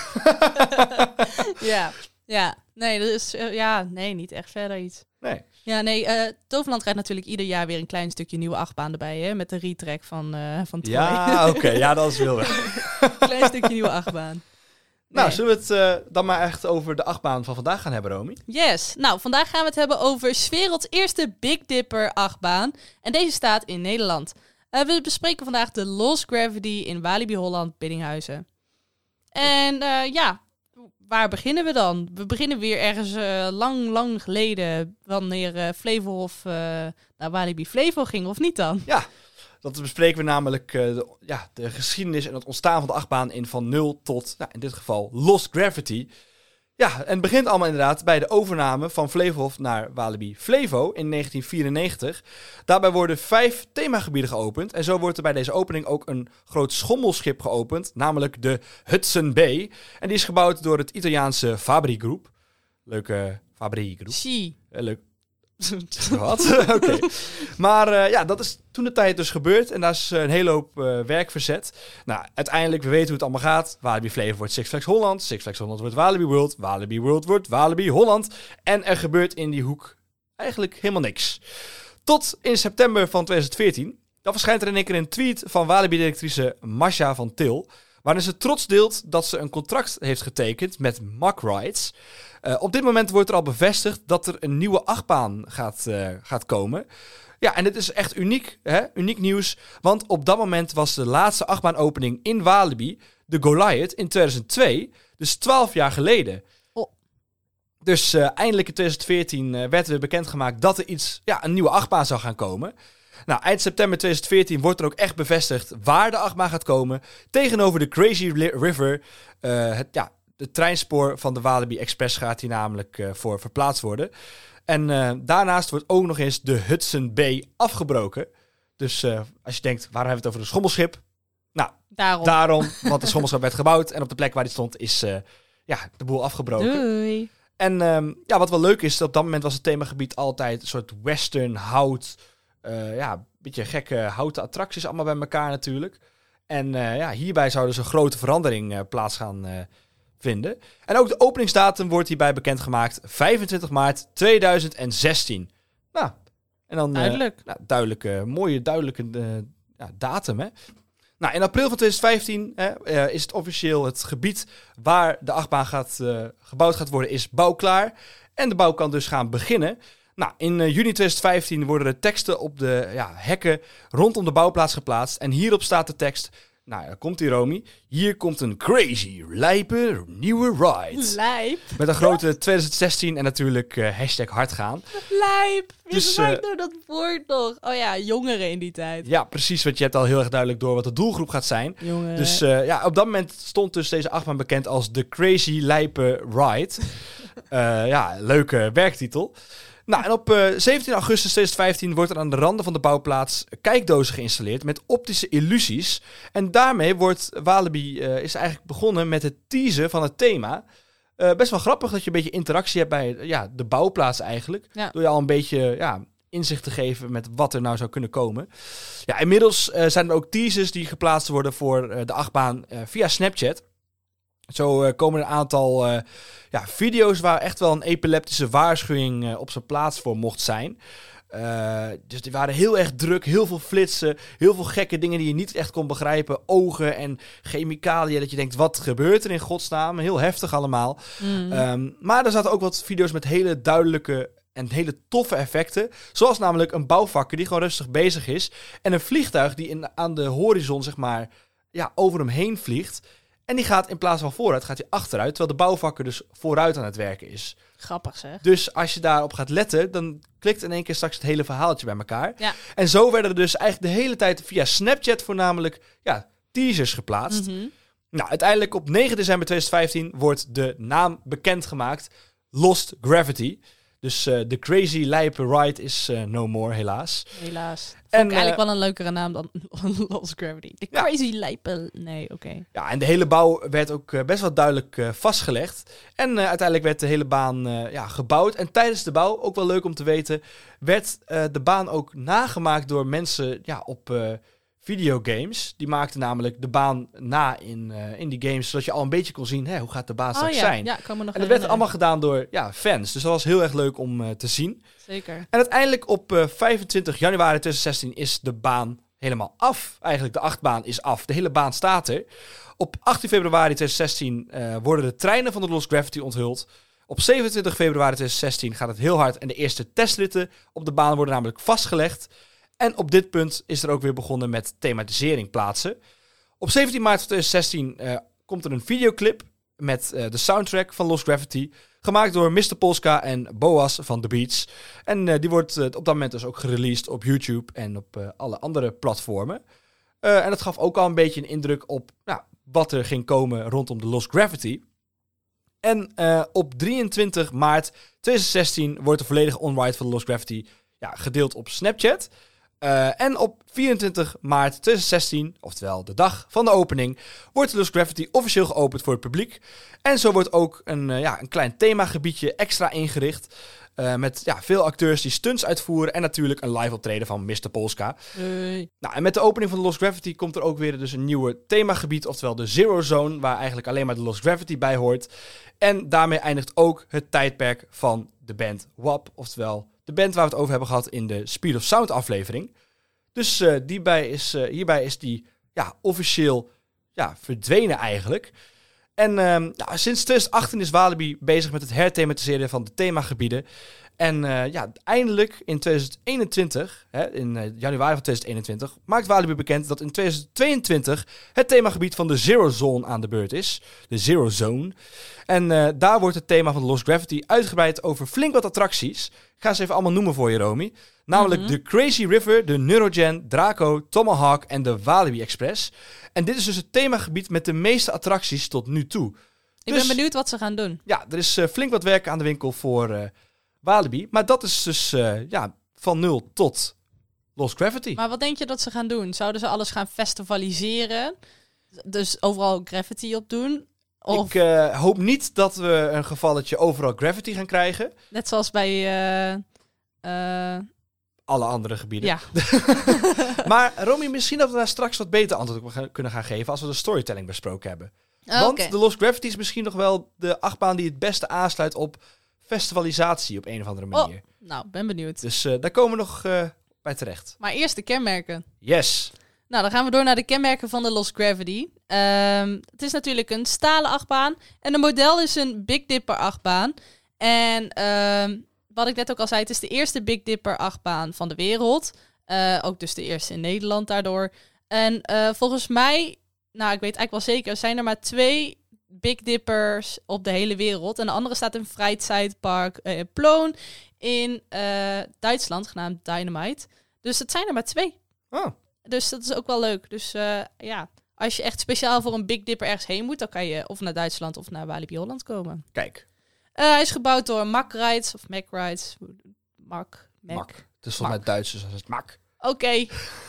Speaker 1: Ja. Nee, dat is, niet echt verder iets.
Speaker 2: Nee.
Speaker 1: Ja, nee, Toverland krijgt natuurlijk ieder jaar weer een klein stukje nieuwe achtbaan erbij, hè? Met de retrack van Troy.
Speaker 2: Ja, oké. Ja, dat is heel
Speaker 1: Klein stukje nieuwe achtbaan. Nee.
Speaker 2: Nou, zullen we het dan maar echt over de achtbaan van vandaag gaan hebben, Romy?
Speaker 1: Yes. Nou, vandaag gaan we het hebben over 's werelds eerste Big Dipper achtbaan. En deze staat in Nederland. We bespreken vandaag de Lost Gravity in Walibi Holland, Biddinghuizen. En waar beginnen we dan? We beginnen weer ergens lang geleden, wanneer Flevohof naar Walibi Flevo ging, of niet dan?
Speaker 2: Ja, dat bespreken we namelijk de geschiedenis en het ontstaan van de achtbaan van 0 tot, in dit geval, Lost Gravity. Ja, en het begint allemaal inderdaad bij de overname van Flevohof naar Walibi Flevo in 1994. Daarbij worden 5 themagebieden geopend. En zo wordt er bij deze opening ook een groot schommelschip geopend, namelijk de Hudson Bay. En die is gebouwd door het Italiaanse Fabri Group. Leuke Fabri Group. Leuk. Wat? Oké. Maar dat is toen de tijd dus gebeurd. En daar is een hele hoop werk verzet. Nou, uiteindelijk, we weten hoe het allemaal gaat. Walibi Flevo wordt Six Flags Holland. Six Flags Holland wordt Walibi World. Walibi World wordt Walibi Holland. En er gebeurt in die hoek eigenlijk helemaal niks. Tot in september van 2014. Dan verschijnt er in één keer een tweet van Walibi-directrice Masha van Til, waarin ze trots deelt dat ze een contract heeft getekend met Mack Rides. Op dit moment wordt er al bevestigd dat er een nieuwe achtbaan gaat komen. Ja, en dit is echt uniek, hè? Uniek nieuws. Want op dat moment was de laatste achtbaanopening in Walibi, de Goliath, in 2002. Dus 12 jaar geleden.
Speaker 1: Oh.
Speaker 2: Dus eindelijk in 2014 werd er bekendgemaakt dat er een nieuwe achtbaan zou gaan komen. Nou, eind september 2014 wordt er ook echt bevestigd waar de achtbaan gaat komen. Tegenover de Crazy River, de treinspoor van de Walibi Express gaat hier namelijk voor verplaatst worden. En daarnaast wordt ook nog eens de Hudson Bay afgebroken. Dus als je denkt, waarom hebben we het over een schommelschip? Nou, daarom, want de schommelschip werd gebouwd en op de plek waar die stond is de boel afgebroken.
Speaker 1: Doei.
Speaker 2: En wat wel leuk is, op dat moment was het themagebied altijd een soort western hout. Een beetje gekke houten attracties allemaal bij elkaar natuurlijk. En hierbij zou dus een grote verandering plaats gaan vinden. En ook de openingsdatum wordt hierbij bekendgemaakt. 25 maart 2016. Nou, en dan
Speaker 1: duidelijk.
Speaker 2: Mooie datum, hè. Nou, in april van 2015 is het officieel het gebied waar de achtbaan gebouwd gaat worden, is bouwklaar. En de bouw kan dus gaan beginnen. Nou, in juni 2015 worden de teksten op de hekken rondom de bouwplaats geplaatst. En hierop staat de tekst. Nou, daar komt die, Romy. Hier komt een crazy, lijpe, nieuwe ride.
Speaker 1: Lijp.
Speaker 2: Met een grote 2016 en natuurlijk hashtag hardgaan.
Speaker 1: Lijp. Wie gebruikt nou dat woord nog? Oh ja, jongeren in die tijd.
Speaker 2: Ja, precies. Want je hebt al heel erg duidelijk door wat de doelgroep gaat zijn.
Speaker 1: Jongeren.
Speaker 2: Dus op dat moment stond dus deze achtbaan bekend als de Crazy Lijpe Ride. Leuke werktitel. Nou, en op 17 augustus 2015 wordt er aan de randen van de bouwplaats kijkdozen geïnstalleerd met optische illusies. En daarmee wordt Walibi is eigenlijk begonnen met het teasen van het thema. Best wel grappig dat je een beetje interactie hebt bij de bouwplaats eigenlijk. Ja. Door je al een beetje inzicht te geven met wat er nou zou kunnen komen. Ja, inmiddels zijn er ook teasers die geplaatst worden voor de achtbaan via Snapchat. Zo komen er een aantal video's waar echt wel een epileptische waarschuwing op zijn plaats voor mocht zijn. Dus die waren heel erg druk, heel veel flitsen, heel veel gekke dingen die je niet echt kon begrijpen. Ogen en chemicaliën, dat je denkt, wat gebeurt er in godsnaam? Heel heftig allemaal. Maar er zaten ook wat video's met hele duidelijke en hele toffe effecten. Zoals namelijk een bouwvakker die gewoon rustig bezig is. En een vliegtuig die aan de horizon, zeg maar, over hem heen vliegt. En die gaat in plaats van vooruit, gaat hij achteruit. Terwijl de bouwvakker dus vooruit aan het werken is.
Speaker 1: Grappig zeg.
Speaker 2: Dus als je daarop gaat letten, dan klikt in één keer straks het hele verhaaltje bij elkaar.
Speaker 1: Ja.
Speaker 2: En zo werden er dus eigenlijk de hele tijd via Snapchat voornamelijk teasers geplaatst.
Speaker 1: Mm-hmm.
Speaker 2: Nou, uiteindelijk op 9 december 2015 wordt de naam bekendgemaakt. Lost Gravity. Dus de crazy lijpe ride is no more, helaas.
Speaker 1: Helaas. Vond ik eigenlijk wel een leukere naam dan Lost Gravity. De crazy lijpe... Nee, oké.
Speaker 2: Ja, en de hele bouw werd ook best wel duidelijk vastgelegd. En uiteindelijk werd de hele baan gebouwd. En tijdens de bouw, ook wel leuk om te weten, werd de baan ook nagemaakt door mensen op videogames. Die maakten namelijk de baan na in die games, zodat je al een beetje kon zien, hoe gaat de baan straks zijn.
Speaker 1: Ja, kan me nog
Speaker 2: en dat werd allemaal gedaan door fans. Dus dat was heel erg leuk om te zien.
Speaker 1: Zeker.
Speaker 2: En uiteindelijk op 25 januari 2016 is de baan helemaal af. Eigenlijk de achtbaan is af. De hele baan staat er. Op 18 februari 2016 worden de treinen van de Lost Gravity onthuld. Op 27 februari 2016 gaat het heel hard en de eerste testritten op de baan worden namelijk vastgelegd. En op dit punt is er ook weer begonnen met thematisering plaatsen. Op 17 maart 2016 komt er een videoclip met de soundtrack van Lost Gravity. Gemaakt door Mr. Polska en Boas van The Beats. En die wordt op dat moment dus ook gereleased op YouTube en op alle andere platformen. En dat gaf ook al een beetje een indruk op wat er ging komen rondom de Lost Gravity. En op 23 maart 2016 wordt de volledige onride van de Lost Gravity gedeeld op Snapchat. En op 24 maart 2016, oftewel de dag van de opening, wordt de Lost Gravity officieel geopend voor het publiek. En zo wordt ook een klein themagebiedje extra ingericht. Met veel acteurs die stunts uitvoeren en natuurlijk een live optreden van Mr. Polska.
Speaker 1: Hey.
Speaker 2: Nou, en met de opening van de Lost Gravity komt er ook weer dus een nieuwe themagebied, oftewel de Zero Zone, waar eigenlijk alleen maar de Lost Gravity bij hoort. En daarmee eindigt ook het tijdperk van de band WAP, oftewel de band waar we het over hebben gehad in de Speed of Sound aflevering. Dus hierbij is die officieel verdwenen eigenlijk. En sinds 2018 is Walibi bezig met het herthematiseren van de themagebieden. En eindelijk in 2021, in januari van 2021, maakt Walibi bekend dat in 2022 het themagebied van de Zero Zone aan de beurt is. De Zero Zone. En daar wordt het thema van de Lost Gravity uitgebreid over flink wat attracties. Ik ga ze even allemaal noemen voor je, Romy. Namelijk de Crazy River, de Neurogen, Draco, Tomahawk en de Walibi Express. En dit is dus het themagebied met de meeste attracties tot nu toe.
Speaker 1: Ik ben benieuwd wat ze gaan doen.
Speaker 2: Ja, er is flink wat werk aan de winkel voor Walibi. Maar dat is dus van 0 tot Lost Gravity.
Speaker 1: Maar wat denk je dat ze gaan doen? Zouden ze alles gaan festivaliseren? Dus overal Gravity op doen? Of...
Speaker 2: Ik hoop niet dat we een gevalletje overal Gravity gaan krijgen.
Speaker 1: Net zoals bij...
Speaker 2: alle andere gebieden.
Speaker 1: Ja.
Speaker 2: Maar Romy, misschien dat we daar straks wat beter antwoord op kunnen gaan geven als we de storytelling besproken hebben. Want de Lost Gravity is misschien nog wel de achtbaan die het beste aansluit op festivalisatie op een of andere manier.
Speaker 1: Nou, ben benieuwd.
Speaker 2: Dus daar komen we nog bij terecht.
Speaker 1: Maar eerst de kenmerken.
Speaker 2: Yes.
Speaker 1: Nou, dan gaan we door naar de kenmerken van de Lost Gravity. Het is natuurlijk een stalen achtbaan. En de model is een Big Dipper achtbaan. En wat ik net ook al zei, het is de eerste Big Dipper achtbaan van de wereld. Ook dus de eerste in Nederland daardoor. En volgens mij, nou ik weet eigenlijk wel zeker, zijn er maar 2 Big Dippers op de hele wereld. En de andere staat in Freizeitpark Plön in Duitsland, genaamd Dynamite. Dus het zijn er maar 2.
Speaker 2: Oh.
Speaker 1: Dus dat is ook wel leuk. Dus als je echt speciaal voor een Big Dipper ergens heen moet, dan kan je of naar Duitsland of naar Walibi Holland komen.
Speaker 2: Kijk.
Speaker 1: Hij is gebouwd door Mack Rides of Mack Rides. Mack.
Speaker 2: Het is volgens mij Duits, dus dat is Mack.
Speaker 1: Oké.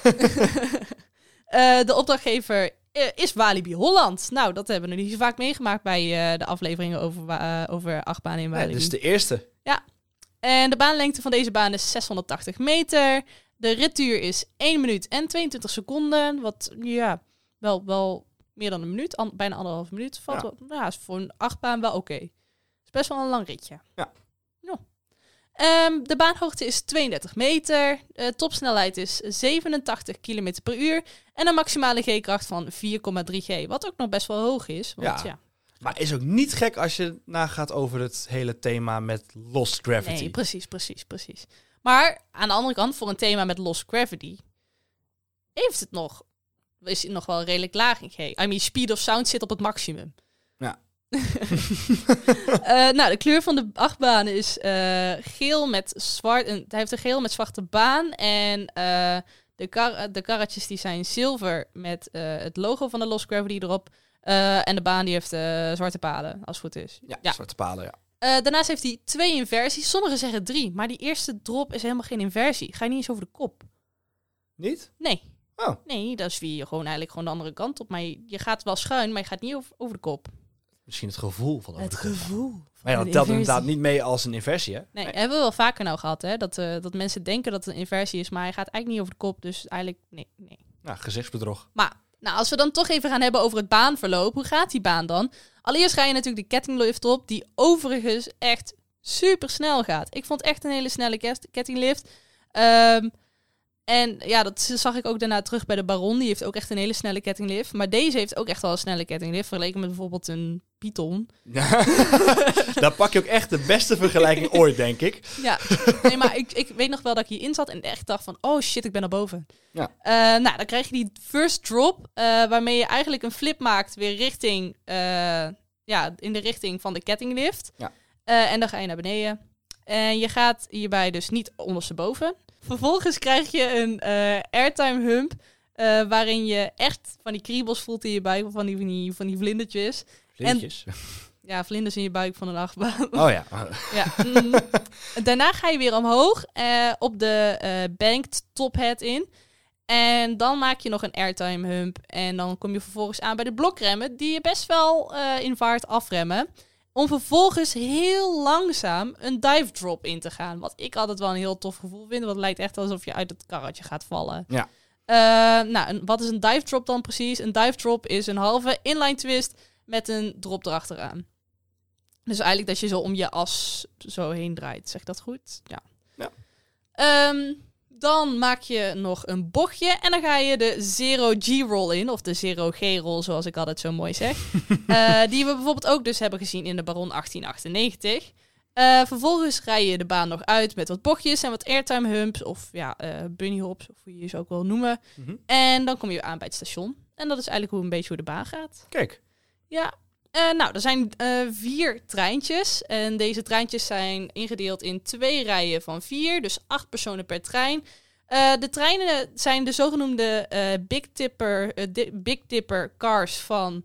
Speaker 1: De opdrachtgever is Walibi Holland. Nou, dat hebben we nog niet zo vaak meegemaakt bij de afleveringen over achtbanen in Walibi.
Speaker 2: Nee, dit is de eerste.
Speaker 1: Ja. En de baanlengte van deze baan is 680 meter. De ritduur is 1 minuut en 22 seconden. Wat, wel meer dan een minuut. Bijna 1,5 minuut. Is voor een achtbaan wel oké. Is best wel een lang ritje.
Speaker 2: Ja.
Speaker 1: De baanhoogte is 32 meter. De topsnelheid is 87 km per uur. En een maximale G-kracht van 4,3 G. Wat ook nog best wel hoog is. Want,
Speaker 2: Maar is ook niet gek als je nagaat over het hele thema met Lost Gravity.
Speaker 1: Nee, precies. Maar aan de andere kant, voor een thema met Lost Gravity, heeft het nog is nog wel redelijk laag. Speed of sound zit op het maximum.
Speaker 2: Ja.
Speaker 1: De kleur van de achtbaan is geel met zwart. Hij heeft een geel met zwarte baan. En de karretjes die zijn zilver met het logo van de Lost Gravity erop. En de baan die heeft zwarte palen, als het goed is.
Speaker 2: Ja, zwarte palen, ja.
Speaker 1: Daarnaast heeft hij 2 inversies. Sommigen zeggen 3, maar die eerste drop is helemaal geen inversie. Ga je niet eens over de kop.
Speaker 2: Niet?
Speaker 1: Nee.
Speaker 2: Oh.
Speaker 1: Nee, dat is wie je eigenlijk gewoon de andere kant op. Maar je gaat wel schuin, maar je gaat niet over de kop.
Speaker 2: Misschien het gevoel van
Speaker 1: het gevoel.
Speaker 2: Maar ja, dat telt inderdaad niet mee als een inversie, hè?
Speaker 1: Nee, hebben we wel vaker nou gehad, hè? Dat mensen denken dat het een inversie is, maar hij gaat eigenlijk niet over de kop. Dus eigenlijk, nee.
Speaker 2: Nou, gezichtsbedrog.
Speaker 1: Maar, als we dan toch even gaan hebben over het baanverloop. Hoe gaat die baan dan? Allereerst ga je natuurlijk de kettinglift op, die overigens echt super snel gaat. Ik vond echt een hele snelle kettinglift. En ja, dat zag ik ook daarna terug bij de Baron. Die heeft ook echt een hele snelle kettinglift. Maar deze heeft ook echt wel een snelle kettinglift. Vergeleken met bijvoorbeeld een Python.
Speaker 2: Daar pak je ook echt de beste vergelijking ooit, denk ik.
Speaker 1: Ja, nee, maar ik weet nog wel dat ik hierin zat en echt dacht van... Oh shit, ik ben naar boven.
Speaker 2: Ja.
Speaker 1: Dan krijg je die first drop. Waarmee je eigenlijk een flip maakt weer richting... in de richting van de kettinglift.
Speaker 2: Ja.
Speaker 1: En dan ga je naar beneden. En je gaat hierbij dus niet ondersteboven. Vervolgens krijg je een airtime hump, waarin je echt van die kriebels voelt in je buik, van die vlindertjes.
Speaker 2: Vlindertjes?
Speaker 1: Ja, vlinders in je buik van een achtbaan.
Speaker 2: Oh ja.
Speaker 1: Daarna ga je weer omhoog op de banked top hat in. En dan maak je nog een airtime hump. En dan kom je vervolgens aan bij de blokremmen, die je best wel in vaart afremmen. Om vervolgens heel langzaam een dive drop in te gaan. Wat ik altijd wel een heel tof gevoel vind. Want het lijkt echt alsof je uit het karretje gaat vallen.
Speaker 2: Ja.
Speaker 1: Wat is een dive drop dan precies? Een dive drop is een halve inline twist met een drop erachteraan. Dus eigenlijk dat je zo om je as zo heen draait. Zeg ik dat goed? Ja. Dan maak je nog een bochtje en dan ga je de Zero G-roll in. Of de Zero G-roll, zoals ik altijd zo mooi zeg. Die we bijvoorbeeld ook dus hebben gezien in de Baron 1898. Vervolgens rij je de baan nog uit met wat bochtjes en wat airtime humps. Of bunny hops, of hoe je ze ook wil noemen.
Speaker 2: Mm-hmm.
Speaker 1: En dan kom je aan bij het station. En dat is eigenlijk een beetje hoe de baan gaat.
Speaker 2: Kijk.
Speaker 1: Ja. Er zijn 4 treintjes. En deze treintjes zijn ingedeeld in 2 rijen van 4. Dus 8 personen per trein. De treinen zijn de zogenoemde Big Dipper cars van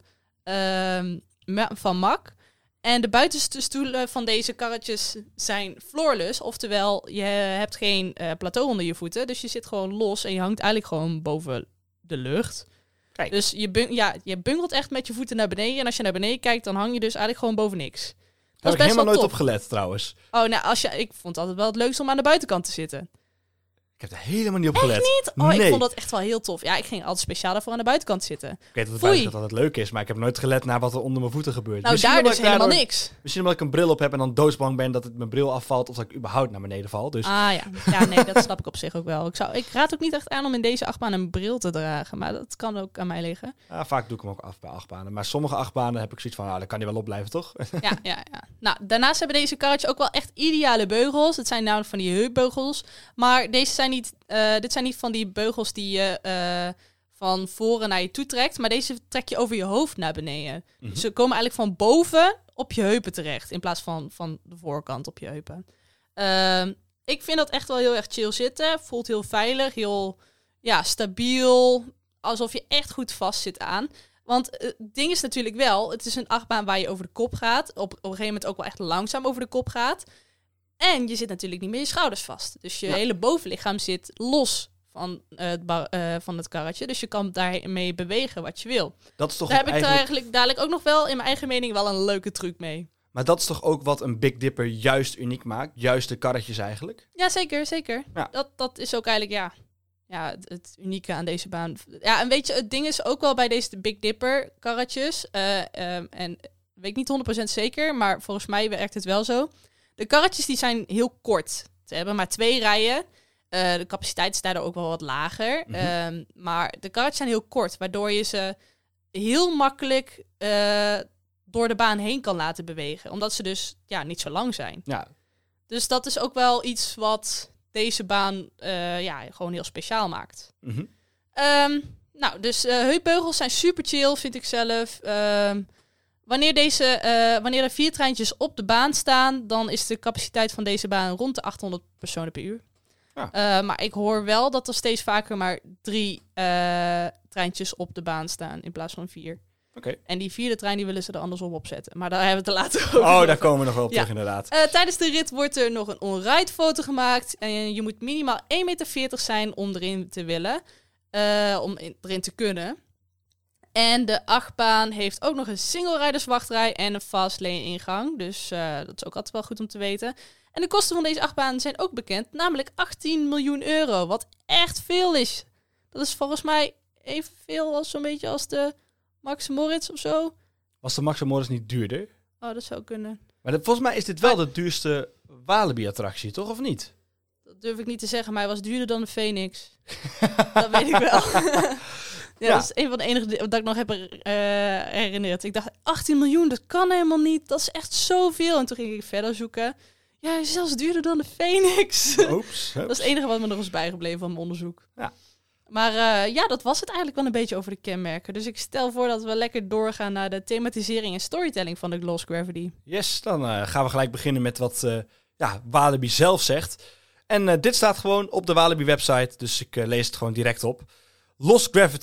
Speaker 1: MAC. En de buitenste stoelen van deze karretjes zijn floorless. Oftewel, je hebt geen plateau onder je voeten. Dus je zit gewoon los en je hangt eigenlijk gewoon boven de lucht.
Speaker 2: Kijk.
Speaker 1: Dus je bungelt echt met je voeten naar beneden. En als je naar beneden kijkt, dan hang je dus eigenlijk gewoon boven niks.
Speaker 2: Daar heb ik helemaal nooit op gelet, trouwens.
Speaker 1: Ik vond het altijd wel het leukste om aan de buitenkant te zitten.
Speaker 2: Ik heb er helemaal niet op gelet.
Speaker 1: Echt niet? Oh,
Speaker 2: nee.
Speaker 1: Ik vond dat echt wel heel tof. Ja, ik ging altijd speciaal daarvoor aan de buitenkant zitten.
Speaker 2: Ik weet dat het buitenkant altijd leuk is, maar ik heb nooit gelet naar wat er onder mijn voeten gebeurt.
Speaker 1: Nou, daar dus helemaal niks.
Speaker 2: Misschien omdat ik een bril op heb en dan doodsbang ben dat mijn bril afvalt of dat ik überhaupt naar beneden val. Dus.
Speaker 1: Ah ja. Ja, nee, dat snap ik op zich ook wel. Ik raad ook niet echt aan om in deze achtbaan een bril te dragen, maar dat kan ook aan mij liggen.
Speaker 2: Ja, vaak doe ik hem ook af bij achtbanen. Maar sommige achtbanen heb ik zoiets van, dan kan die wel opblijven, toch?
Speaker 1: Ja. Nou, daarnaast hebben deze karretjes ook wel echt ideale beugels. Het zijn namelijk van die heupbeugels. Maar deze zijn niet... dit zijn niet van die beugels die je van voren naar je toe trekt. Maar deze trek je over je hoofd naar beneden.
Speaker 2: Mm-hmm.
Speaker 1: Dus ze komen eigenlijk van boven op je heupen terecht. In plaats van de voorkant op je heupen. Ik vind dat echt wel heel erg chill zitten. Voelt heel veilig, heel stabiel. Alsof je echt goed vast zit aan. Want het ding is natuurlijk wel, het is een achtbaan waar je over de kop gaat. Op een gegeven moment ook wel echt langzaam over de kop gaat. En je zit natuurlijk niet meer je schouders vast. Dus je hele bovenlichaam zit los van het karretje. Dus je kan daarmee bewegen wat je wil.
Speaker 2: Dat is toch
Speaker 1: daar heb ik eigenlijk dadelijk ook nog wel in mijn eigen mening wel een leuke truc mee.
Speaker 2: Maar dat is toch ook wat een Big Dipper juist uniek maakt? Juist de karretjes eigenlijk?
Speaker 1: Ja, zeker. Ja. Dat is ook eigenlijk, het unieke aan deze baan. Ja, en weet je, het ding is ook wel bij deze Big Dipper karretjes. En weet ik niet 100% zeker, maar volgens mij werkt het wel zo. De karretjes die zijn heel kort. Ze hebben maar 2 rijen. De capaciteit is daardoor ook wel wat lager. Mm-hmm. Maar de karretjes zijn heel kort, waardoor je ze heel makkelijk door de baan heen kan laten bewegen. Omdat ze dus niet zo lang zijn.
Speaker 2: Ja.
Speaker 1: Dus dat is ook wel iets wat deze baan gewoon heel speciaal maakt.
Speaker 2: Mm-hmm.
Speaker 1: Nou, dus heupbeugels zijn super chill, vind ik zelf. Wanneer er 4 treintjes op de baan staan, dan is de capaciteit van deze baan rond de 800 personen per uur. Ja. Maar ik hoor wel dat er steeds vaker maar 3 treintjes op de baan staan in plaats van 4.
Speaker 2: Okay.
Speaker 1: En die 4e trein die willen ze er andersom opzetten. Maar daar hebben we het te later over.
Speaker 2: Oh, daar komen we nog wel op terug inderdaad.
Speaker 1: Tijdens de rit wordt er nog een on-ride foto gemaakt. En je moet minimaal 1,40 meter zijn om erin te willen. Om erin te kunnen. En de achtbaan heeft ook nog een single-riders wachtrij en een fast lane ingang. Dus dat is ook altijd wel goed om te weten. En de kosten van deze achtbaan zijn ook bekend. Namelijk 18 miljoen euro. Wat echt veel is. Dat is volgens mij evenveel als zo'n beetje als de Max Moritz of zo.
Speaker 2: Was de Max Moritz niet duurder?
Speaker 1: Oh, dat zou kunnen.
Speaker 2: Maar volgens mij is dit wel de duurste Walibi-attractie, toch? Of niet?
Speaker 1: Dat durf ik niet te zeggen, maar hij was duurder dan de Phoenix. Dat weet ik wel. Ja, dat is een van de enige dat ik nog heb herinnerd. Ik dacht, 18 miljoen, dat kan helemaal niet. Dat is echt zoveel. En toen ging ik verder zoeken. Ja, zelfs duurder dan de Phoenix.
Speaker 2: Oeps.
Speaker 1: Dat is het enige wat me nog is bijgebleven van mijn onderzoek.
Speaker 2: Ja.
Speaker 1: Maar dat was het eigenlijk wel een beetje over de kenmerken. Dus ik stel voor dat we lekker doorgaan naar de thematisering en storytelling van de Lost Gravity.
Speaker 2: Yes, dan gaan we gelijk beginnen met wat Walibi zelf zegt. En dit staat gewoon op de Walibi website, dus ik lees het gewoon direct op. Lost Gravity, :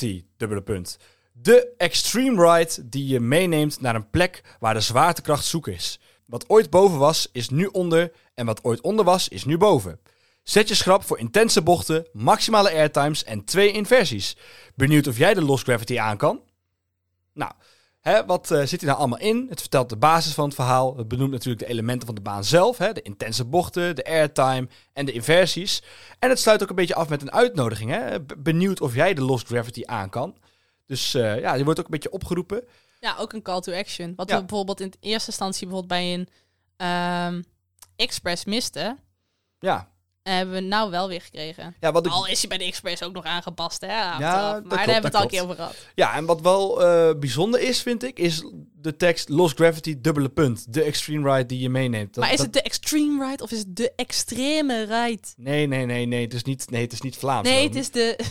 Speaker 2: de extreme ride die je meeneemt naar een plek waar de zwaartekracht zoek is. Wat ooit boven was, is nu onder en wat ooit onder was, is nu boven. Zet je schrap voor intense bochten, maximale airtimes en 2 inversies. Benieuwd of jij de Lost Gravity aan kan? Nou, wat zit hier nou allemaal in? Het vertelt de basis van het verhaal. Het benoemt natuurlijk de elementen van de baan zelf. De intense bochten, de airtime en de inversies. En het sluit ook een beetje af met een uitnodiging. Benieuwd of jij de Lost Gravity aan kan. Dus die wordt ook een beetje opgeroepen.
Speaker 1: Ja, ook een call to action. Wat we bijvoorbeeld in eerste instantie bij een Express misten.
Speaker 2: Ja.
Speaker 1: Hebben we nou wel weer gekregen.
Speaker 2: Ja,
Speaker 1: al is hij bij de Express ook nog aangepast, hè? Maar daar hebben we het al een keer over gehad.
Speaker 2: Ja, en wat wel bijzonder is, vind ik, is de tekst Lost Gravity, : de extreme ride die je meeneemt.
Speaker 1: Maar is het de extreme ride of is het de extreme ride?
Speaker 2: Nee. Het is niet Vlaams.
Speaker 1: Nee, het is de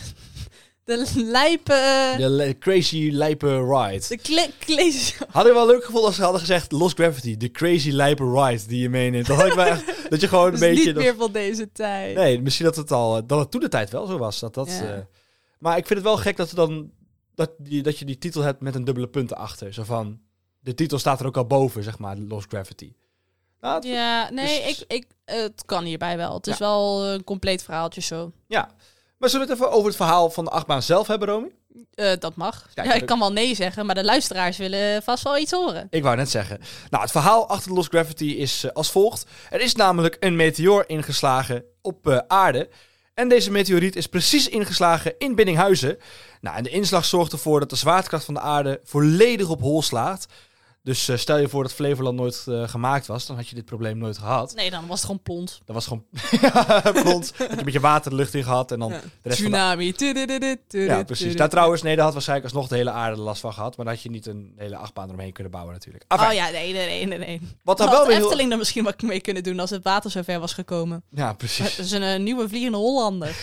Speaker 1: lijpe...
Speaker 2: De crazy lijpe ride.
Speaker 1: Crazy...
Speaker 2: Had ik wel leuk gevonden als ze hadden gezegd Lost Gravity, de crazy lijpe ride die je meeneemt. Dan had ik wel echt, dat je gewoon een beetje...
Speaker 1: niet meer van deze tijd.
Speaker 2: Nee, misschien dat het toen de tijd wel zo was. Maar ik vind het wel gek dat dat je die titel hebt met een dubbele punt erachter. Zo van, de titel staat er ook al boven, zeg maar, Lost Gravity. Nou,
Speaker 1: het kan hierbij wel. Het is wel een compleet verhaaltje zo.
Speaker 2: Ja. Maar zullen we het even over het verhaal van de achtbaan zelf hebben, Romy?
Speaker 1: Dat mag. Ik kan wel nee zeggen, maar de luisteraars willen vast wel iets horen.
Speaker 2: Ik wou net zeggen. Nou, het verhaal achter de Lost Gravity is als volgt. Er is namelijk een meteoor ingeslagen op aarde. En deze meteoriet is precies ingeslagen in Biddinghuizen. Nou, en de inslag zorgt ervoor dat de zwaartekracht van de aarde volledig op hol slaat. Dus stel je voor dat Flevoland nooit gemaakt was, dan had je dit probleem nooit gehad.
Speaker 1: Nee, dan was het gewoon plont.
Speaker 2: Dan was het gewoon plont. Had je een beetje water de lucht in gehad en dan de rest
Speaker 1: tsunami.
Speaker 2: Ja, precies. Daar trouwens, daar had waarschijnlijk alsnog de hele aarde last van gehad. Maar dan had je niet een hele achtbaan eromheen kunnen bouwen natuurlijk.
Speaker 1: Oh ja, nee.
Speaker 2: Wat dan wel weer
Speaker 1: Efteling er misschien wat mee kunnen doen als het water zo ver was gekomen.
Speaker 2: Ja, precies.
Speaker 1: Dat is een nieuwe vliegende Hollander.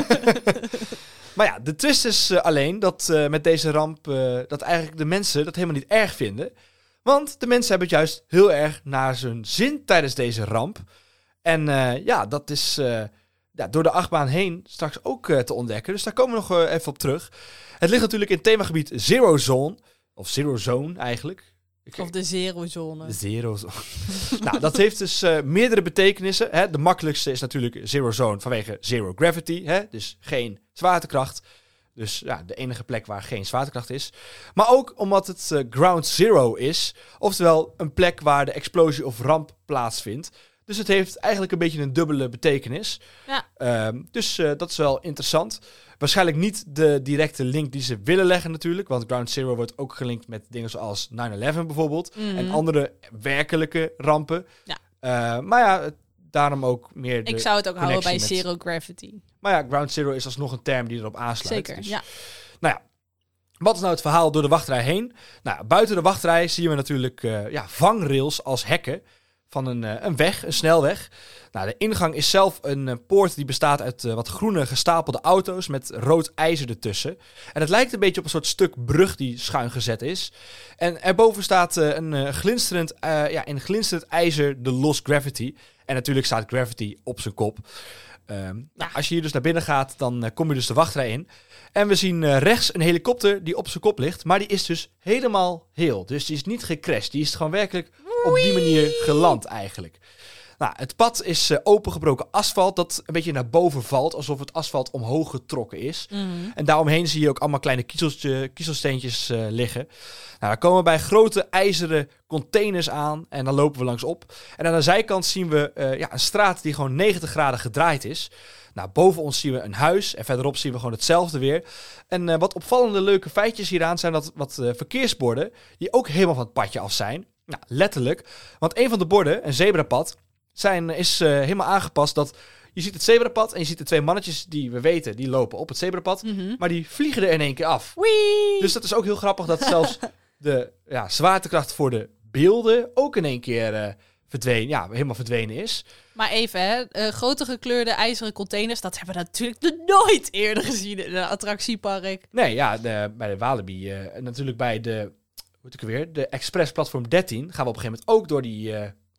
Speaker 2: Maar ja, de twist is alleen dat met deze ramp, dat eigenlijk de mensen dat helemaal niet erg vinden. Want de mensen hebben het juist heel erg naar zijn zin tijdens deze ramp. En dat is door de achtbaan heen straks ook te ontdekken. Dus daar komen we nog even op terug. Het ligt natuurlijk in het themagebied Zero Zone. Of Zero Zone eigenlijk.
Speaker 1: Of de Zero-zone.
Speaker 2: De Zero-zone. Nou, dat heeft dus meerdere betekenissen. Hè. De makkelijkste is natuurlijk Zero Zone vanwege Zero Gravity. Hè. Dus geen zwaartekracht. Dus ja, de enige plek waar geen zwaartekracht is. Maar ook omdat het Ground Zero is. Oftewel een plek waar de explosie of ramp plaatsvindt. Dus het heeft eigenlijk een beetje een dubbele betekenis.
Speaker 1: Ja.
Speaker 2: Dus dat is wel interessant. Waarschijnlijk niet de directe link die ze willen leggen natuurlijk. Want Ground Zero wordt ook gelinkt met dingen zoals 9/11 bijvoorbeeld. Mm-hmm. En andere werkelijke rampen.
Speaker 1: Ja.
Speaker 2: Maar ja, daarom ook meer de
Speaker 1: ik zou het ook houden bij Zero Gravity.
Speaker 2: Maar ja, Ground Zero is alsnog een term die erop aansluit.
Speaker 1: Zeker,
Speaker 2: dus.
Speaker 1: ja.
Speaker 2: Nou ja, wat is nou het verhaal door de wachtrij heen? Nou, buiten de wachtrij zien we natuurlijk vangrails als hekken van een weg, een snelweg. Nou, de ingang is zelf een poort die bestaat uit wat groene gestapelde auto's met rood ijzer ertussen. En het lijkt een beetje op een soort stuk brug die schuin gezet is. En erboven staat in glinsterend ijzer de Lost Gravity. En natuurlijk staat Gravity op zijn kop. Als je hier dus naar binnen gaat, dan kom je dus de wachtrij in. En we zien rechts een helikopter die op zijn kop ligt. Maar die is dus helemaal heel. Dus die is niet gecrashed. Die is gewoon werkelijk op die manier geland eigenlijk. Nou, het pad is opengebroken asfalt dat een beetje naar boven valt. Alsof het asfalt omhoog getrokken is. Mm. En daaromheen zie je ook allemaal kleine kiezelsteentjes liggen. Nou, dan komen we bij grote ijzeren containers aan. En dan lopen we langs op. En aan de zijkant zien we een straat die gewoon 90 graden gedraaid is. Nou, boven ons zien we een huis. En verderop zien we gewoon hetzelfde weer. En wat opvallende leuke feitjes hieraan zijn dat wat verkeersborden die ook helemaal van het padje af zijn. Nou, letterlijk. Want een van de borden, een zebrapad, is helemaal aangepast dat je ziet het zebrapad en je ziet de 2 mannetjes die we weten, die lopen op het zebrapad. Mm-hmm. Maar die vliegen er in één keer af.
Speaker 1: Wee!
Speaker 2: Dus dat is ook heel grappig dat zelfs de zwaartekracht voor de beelden ook in één keer helemaal verdwenen is.
Speaker 1: Maar even, grote gekleurde ijzeren containers, dat hebben we natuurlijk nooit eerder gezien in een attractiepark.
Speaker 2: Nee, bij de Walibi, natuurlijk bij de Express Platform 13 gaan we op een gegeven moment ook door die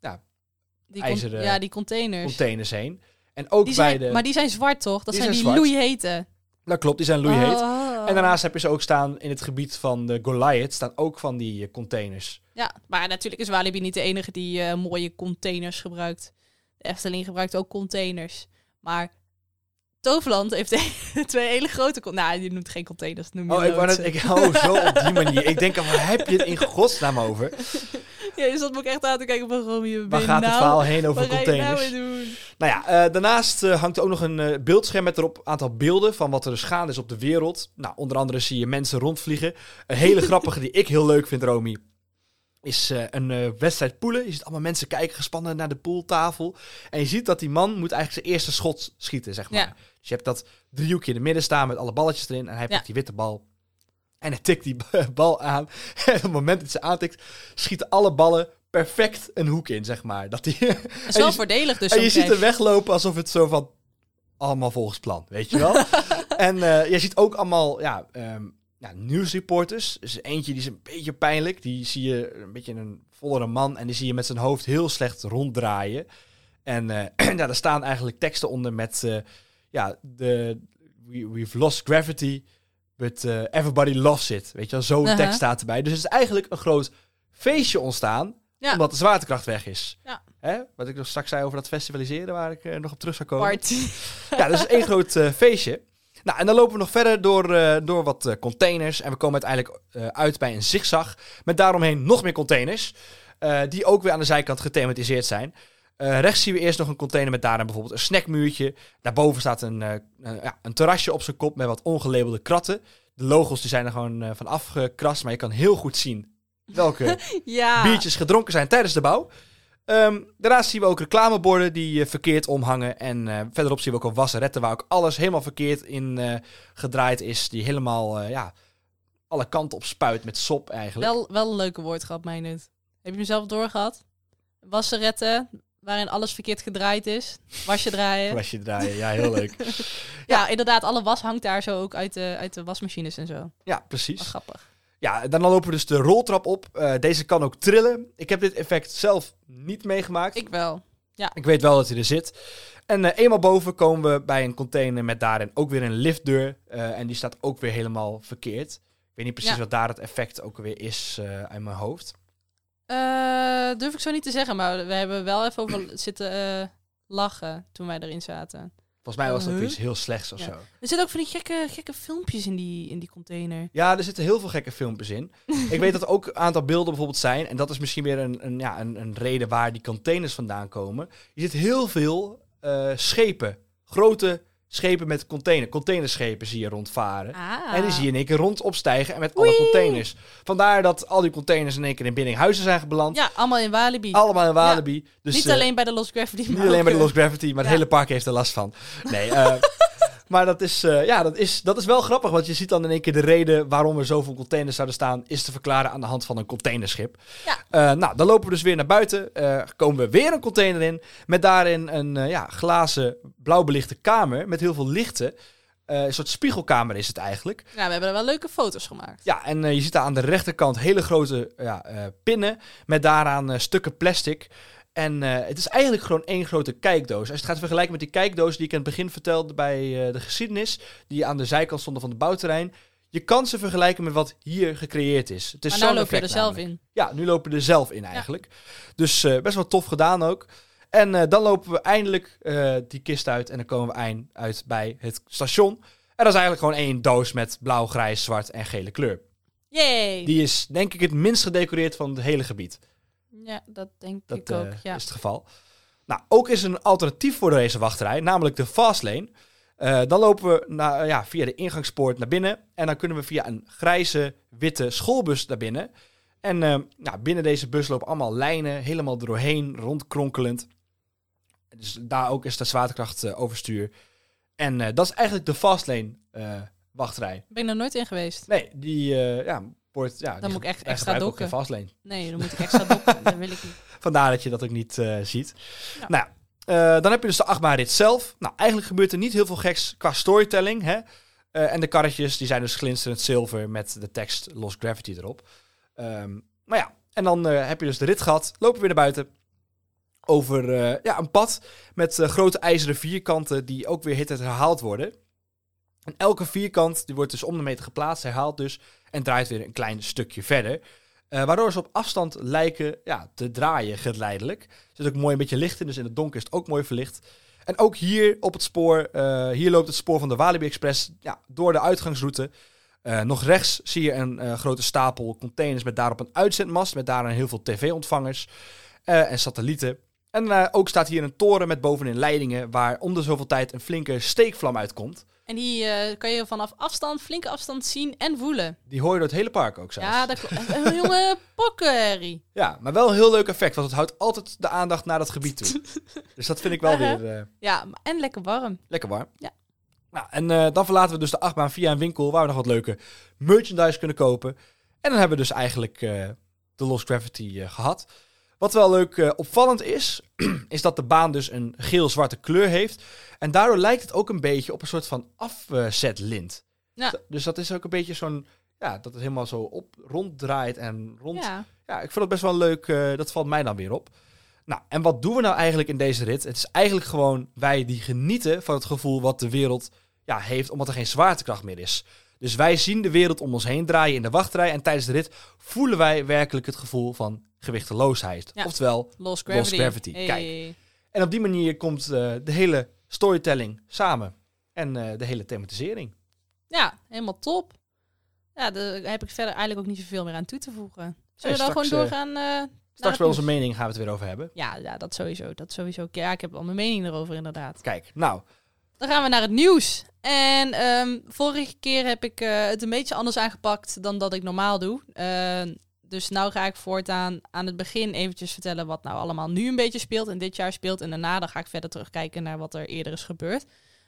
Speaker 2: ijzeren
Speaker 1: die containers
Speaker 2: heen. En ook
Speaker 1: maar die zijn zwart, toch? Dat zijn die loeihete.
Speaker 2: Dat klopt, die zijn loeiheet. Oh. En daarnaast heb je ze ook staan in het gebied van de Goliath, staan ook van die containers.
Speaker 1: Ja, maar natuurlijk is Walibi niet de enige die mooie containers gebruikt. De Efteling gebruikt ook containers. Maar Toverland heeft 2 hele grote containers. Nou, je noemt geen containers, noem je
Speaker 2: zo op die manier. Ik denk, waar heb je het in godsnaam over?
Speaker 1: Ja, je zat me ook echt aan te kijken van Romeo.
Speaker 2: Waar gaat het verhaal heen over containers? Daarnaast hangt er ook nog een beeldscherm met erop een aantal beelden van wat er dus gaande is op de wereld. Nou, onder andere zie je mensen rondvliegen. Een hele grappige die ik heel leuk vind, Romy, is een wedstrijd poelen. Je ziet allemaal mensen kijken gespannen naar de pooltafel. En je ziet dat die man moet eigenlijk zijn eerste schot schieten, zeg maar. Ja. Dus je hebt dat driehoekje in het midden staan met alle balletjes erin. En hij pakt die witte bal. En hij tikt die bal aan. En op het moment dat ze aantikt, schieten alle ballen perfect een hoek in, zeg maar. Dat is
Speaker 1: wel voordelig dus.
Speaker 2: En je ziet hem weglopen alsof het zo van allemaal volgens plan, weet je wel. En je ziet ook allemaal nieuwsreporters. Dus eentje die is een beetje pijnlijk. Die zie je een beetje een vollere man. En die zie je met zijn hoofd heel slecht ronddraaien. En daar staan eigenlijk teksten onder met we've lost gravity, but everybody loves it. Weet je wel, zo'n tekst staat erbij. Dus het is eigenlijk een groot feestje ontstaan, omdat de zwaartekracht weg is. Ja. Hè? Wat ik nog straks zei over dat festivaliseren, waar ik nog op terug zou komen.
Speaker 1: Party.
Speaker 2: Ja, dus één groot feestje. Nou, en dan lopen we nog verder door wat containers. En we komen uiteindelijk uit bij een zigzag. Met daaromheen nog meer containers. Die ook weer aan de zijkant gethematiseerd zijn. Rechts zien we eerst nog een container met daarin bijvoorbeeld een snackmuurtje. Daarboven staat een terrasje op zijn kop met wat ongelabelde kratten. De logos die zijn er gewoon van afgekrast. Maar je kan heel goed zien welke biertjes gedronken zijn tijdens de bouw. Daarnaast zien we ook reclameborden die verkeerd omhangen. En verderop zien we ook een wasseretten waar ook alles helemaal verkeerd in gedraaid is. Die helemaal alle kanten op spuit met sop eigenlijk.
Speaker 1: Wel een leuke woordgrap, meen het. Heb je mezelf doorgehad? Wasseretten, waarin alles verkeerd gedraaid is. Wasje draaien.
Speaker 2: Wasje draaien, ja, heel leuk.
Speaker 1: Ja, inderdaad, alle was hangt daar zo ook uit de wasmachines en zo.
Speaker 2: Ja, precies.
Speaker 1: Wat grappig.
Speaker 2: Ja, dan lopen we dus de roltrap op. Deze kan ook trillen. Ik heb dit effect zelf niet meegemaakt.
Speaker 1: Ik wel, ja.
Speaker 2: Ik weet wel dat hij er zit. En eenmaal boven komen we bij een container met daarin ook weer een liftdeur. En die staat ook weer helemaal verkeerd. Ik weet niet precies wat daar het effect ook weer is in mijn hoofd.
Speaker 1: Durf ik zo niet te zeggen, maar we hebben wel even over zitten lachen toen wij erin zaten.
Speaker 2: Volgens mij was dat iets heel slechts of zo.
Speaker 1: Er zitten ook van die gekke filmpjes in die container.
Speaker 2: Ja, er zitten heel veel gekke filmpjes in. Ik weet dat er ook een aantal beelden bijvoorbeeld zijn. En dat is misschien weer een reden waar die containers vandaan komen. Je ziet heel veel schepen. Grote schepen met containerschepen zie je rondvaren. En die zie je in één keer rond opstijgen en met alle containers. Vandaar dat al die containers in één keer in Biddinghuizen zijn gebeland.
Speaker 1: Ja, allemaal in Walibi.
Speaker 2: Allemaal in Walibi. Ja.
Speaker 1: Dus, niet alleen bij de Lost Gravity.
Speaker 2: Niet alleen bij de Lost Gravity, maar het hele park heeft er last van. Nee, Maar dat is wel grappig, want je ziet dan in één keer de reden waarom er zoveel containers zouden staan, is te verklaren aan de hand van een containerschip.
Speaker 1: Ja.
Speaker 2: Dan lopen we dus weer naar buiten, komen we weer een container in, met daarin een glazen, blauw belichte kamer met heel veel lichten. Een soort spiegelkamer is het eigenlijk.
Speaker 1: Ja, we hebben er wel leuke foto's gemaakt.
Speaker 2: Ja, en je ziet daar aan de rechterkant hele grote pinnen met daaraan stukken plastic. En het is eigenlijk gewoon één grote kijkdoos. Als je het gaat vergelijken met die kijkdoos die ik in het begin vertelde bij de geschiedenis, die aan de zijkant stonden van het bouwterrein. Je kan ze vergelijken met wat hier gecreëerd is. Het is
Speaker 1: maar nu loop je er zelf in.
Speaker 2: Ja, nu lopen we er zelf in eigenlijk. Ja. Dus best wel tof gedaan ook. En dan lopen we eindelijk die kist uit en dan komen we uit bij het station. En dat is eigenlijk gewoon één doos met blauw, grijs, zwart en gele kleur.
Speaker 1: Yay!
Speaker 2: Die is denk ik het minst gedecoreerd van het hele gebied.
Speaker 1: Ja, dat denk ik ook. Ja.
Speaker 2: Is het geval. Nou, ook is er een alternatief voor deze wachtrij, namelijk de Fastlane. Dan lopen we via de ingangspoort naar binnen. En dan kunnen we via een grijze, witte schoolbus naar binnen. En binnen deze bus lopen allemaal lijnen, helemaal doorheen, rondkronkelend. Dus daar ook is de zwaartekracht overstuur. En dat is eigenlijk de Fastlane wachtrij.
Speaker 1: Ben ik nog nooit in geweest?
Speaker 2: Nee, die wordt... Ja,
Speaker 1: dan moet ik echt extra dokken.
Speaker 2: Fastlane.
Speaker 1: Nee, dan moet ik extra dokken. Dat wil ik niet.
Speaker 2: Vandaar dat je dat ook niet ziet. Ja. Nou ja, dan heb je dus de achtbaanrit zelf. Nou, eigenlijk gebeurt er niet heel veel geks qua storytelling. Hè? En de karretjes, die zijn dus glinsterend zilver met de tekst Lost Gravity erop. Maar ja, en dan heb je dus de rit gehad. Lopen we weer naar buiten. Over een pad met grote ijzeren vierkanten die ook weer herhaald worden. En elke vierkant die wordt dus om de meter geplaatst, herhaalt dus en draait weer een klein stukje verder. Waardoor ze op afstand lijken te draaien geleidelijk. Er zit ook mooi een beetje licht in, dus in het donker is het ook mooi verlicht. En ook hier op het spoor, hier loopt het spoor van de Walibi Express door de uitgangsroute. Nog rechts zie je een grote stapel containers met daarop een uitzendmast, met daarin heel veel tv-ontvangers en satellieten. En ook staat hier een toren met bovenin leidingen waar om de zoveel tijd een flinke steekvlam uitkomt.
Speaker 1: En die kan je vanaf flinke afstand zien en voelen.
Speaker 2: Die hoor je door het hele park ook zelfs.
Speaker 1: Ja, dat klopt. Een jonge pokkenherrie.
Speaker 2: Ja, maar wel een heel leuk effect, want het houdt altijd de aandacht naar dat gebied toe. Dus dat vind ik wel weer...
Speaker 1: Ja, en lekker warm.
Speaker 2: Lekker warm.
Speaker 1: Ja.
Speaker 2: Nou, en dan verlaten we dus de achtbaan via een winkel waar we nog wat leuke merchandise kunnen kopen. En dan hebben we dus eigenlijk de Lost Gravity gehad. Wat wel leuk opvallend is, is dat de baan dus een geel-zwarte kleur heeft. En daardoor lijkt het ook een beetje op een soort van afzetlint.
Speaker 1: Ja.
Speaker 2: Dus dat is ook een beetje zo'n... Ja, dat het helemaal zo ronddraait en rond... Ja, ik vind het best wel leuk. Dat valt mij dan weer op. Nou, en wat doen we nou eigenlijk in deze rit? Het is eigenlijk gewoon wij die genieten van het gevoel wat de wereld heeft, omdat er geen zwaartekracht meer is. Dus wij zien de wereld om ons heen draaien in de wachtrij. En tijdens de rit voelen wij werkelijk het gevoel van gewichteloosheid. Ja. Oftewel,
Speaker 1: Lost Gravity.
Speaker 2: Hey. Kijk. En op die manier komt de hele storytelling samen. En de hele thematisering.
Speaker 1: Ja, helemaal top. Ja, daar heb ik verder eigenlijk ook niet zoveel meer aan toe te voegen. Zullen we dan gewoon doorgaan?
Speaker 2: Straks bij onze mening gaan we het weer over hebben.
Speaker 1: Ja, dat sowieso. Ja, ik heb al mijn mening erover inderdaad.
Speaker 2: Kijk, nou...
Speaker 1: Dan gaan we naar het nieuws. En vorige keer heb ik het een beetje anders aangepakt dan dat ik normaal doe. Dus nou ga ik voortaan aan het begin eventjes vertellen wat nou allemaal nu een beetje speelt en dit jaar speelt. En daarna dan ga ik verder terugkijken naar wat er eerder is gebeurd.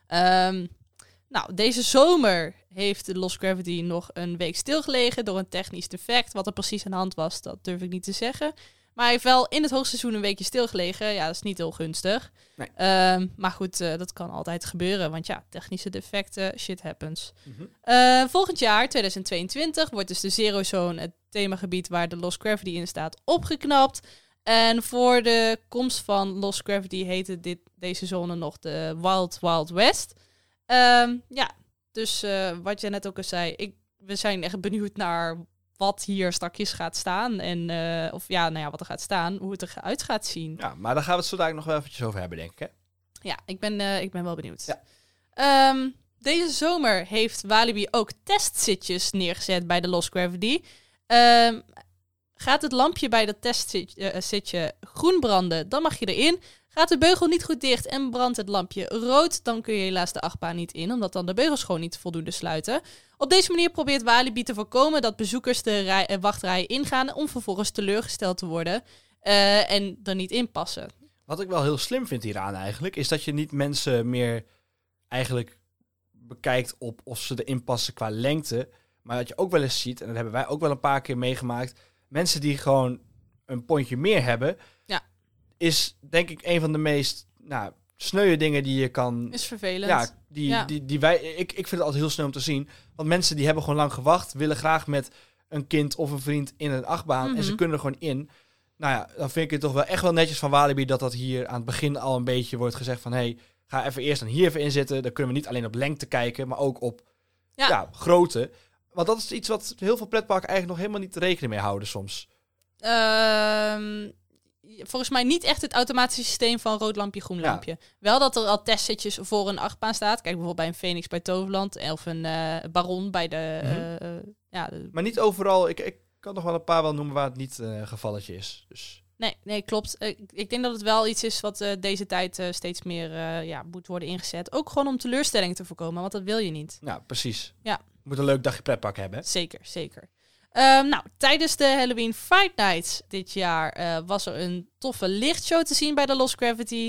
Speaker 1: Nou, deze zomer heeft de Lost Gravity nog een week stilgelegen door een technisch defect. Wat er precies aan de hand was, dat durf ik niet te zeggen. Maar hij heeft wel in het hoogseizoen een weekje stilgelegen. Ja, dat is niet heel gunstig.
Speaker 2: Nee.
Speaker 1: Maar goed, dat kan altijd gebeuren. Want ja, technische defecten, shit happens. Mm-hmm. Volgend jaar, 2022, wordt dus de Zero Zone, het themagebied waar de Lost Gravity in staat, opgeknapt. En voor de komst van Lost Gravity heette deze zone nog de Wild Wild West. Dus wat je net ook al zei, we zijn echt benieuwd naar wat hier straks gaat staan. En wat er gaat staan, hoe het eruit gaat zien.
Speaker 2: Ja, maar daar gaan we het zo dadelijk nog wel eventjes over hebben, denk ik, hè?
Speaker 1: Ja, ik ben wel benieuwd.
Speaker 2: Ja.
Speaker 1: Deze zomer heeft Walibi ook testzitjes neergezet bij de Lost Gravity. Gaat het lampje bij dat testzitje groen branden, dan mag je erin. Gaat de beugel niet goed dicht en brandt het lampje rood, dan kun je helaas de achtbaan niet in, omdat dan de beugels gewoon niet voldoende sluiten. Op deze manier probeert Walibi te voorkomen dat bezoekers de wachtrij ingaan om vervolgens teleurgesteld te worden en er niet in passen.
Speaker 2: Wat ik wel heel slim vind hieraan eigenlijk, is dat je niet mensen meer eigenlijk bekijkt op of ze erin passen qua lengte. Maar wat je ook wel eens ziet, en dat hebben wij ook wel een paar keer meegemaakt, mensen die gewoon een pondje meer hebben, is denk ik een van de meest sneuwe dingen die je kan...
Speaker 1: Is vervelend.
Speaker 2: Ja, die wij... Ik vind het altijd heel sneu om te zien. Want mensen die hebben gewoon lang gewacht, willen graag met een kind of een vriend in een achtbaan en ze kunnen er gewoon in. Nou ja, dan vind ik het toch wel echt wel netjes van Walibi dat hier aan het begin al een beetje wordt gezegd van hey, ga even eerst dan hier even in zitten. Dan kunnen we niet alleen op lengte kijken, maar ook op grootte. Want dat is iets wat heel veel pretparken eigenlijk nog helemaal niet rekening mee houden soms.
Speaker 1: Volgens mij niet echt het automatische systeem van rood lampje, groen lampje. Wel dat er al testsetjes voor een achtbaan staat. Kijk bijvoorbeeld bij een Phoenix bij Toverland of een Baron bij de...
Speaker 2: Maar niet overal. Ik kan nog wel een paar wel noemen waar het niet een gevalletje is. Dus...
Speaker 1: Nee, klopt. Ik denk dat het wel iets is wat deze tijd steeds meer moet worden ingezet. Ook gewoon om teleurstellingen te voorkomen, want dat wil je niet.
Speaker 2: Ja, precies.
Speaker 1: Ja.
Speaker 2: Je moet een leuk dagje pretpark hebben. Hè?
Speaker 1: Zeker. Tijdens de Halloween Fright Nights dit jaar was er een toffe lichtshow te zien bij de Lost Gravity.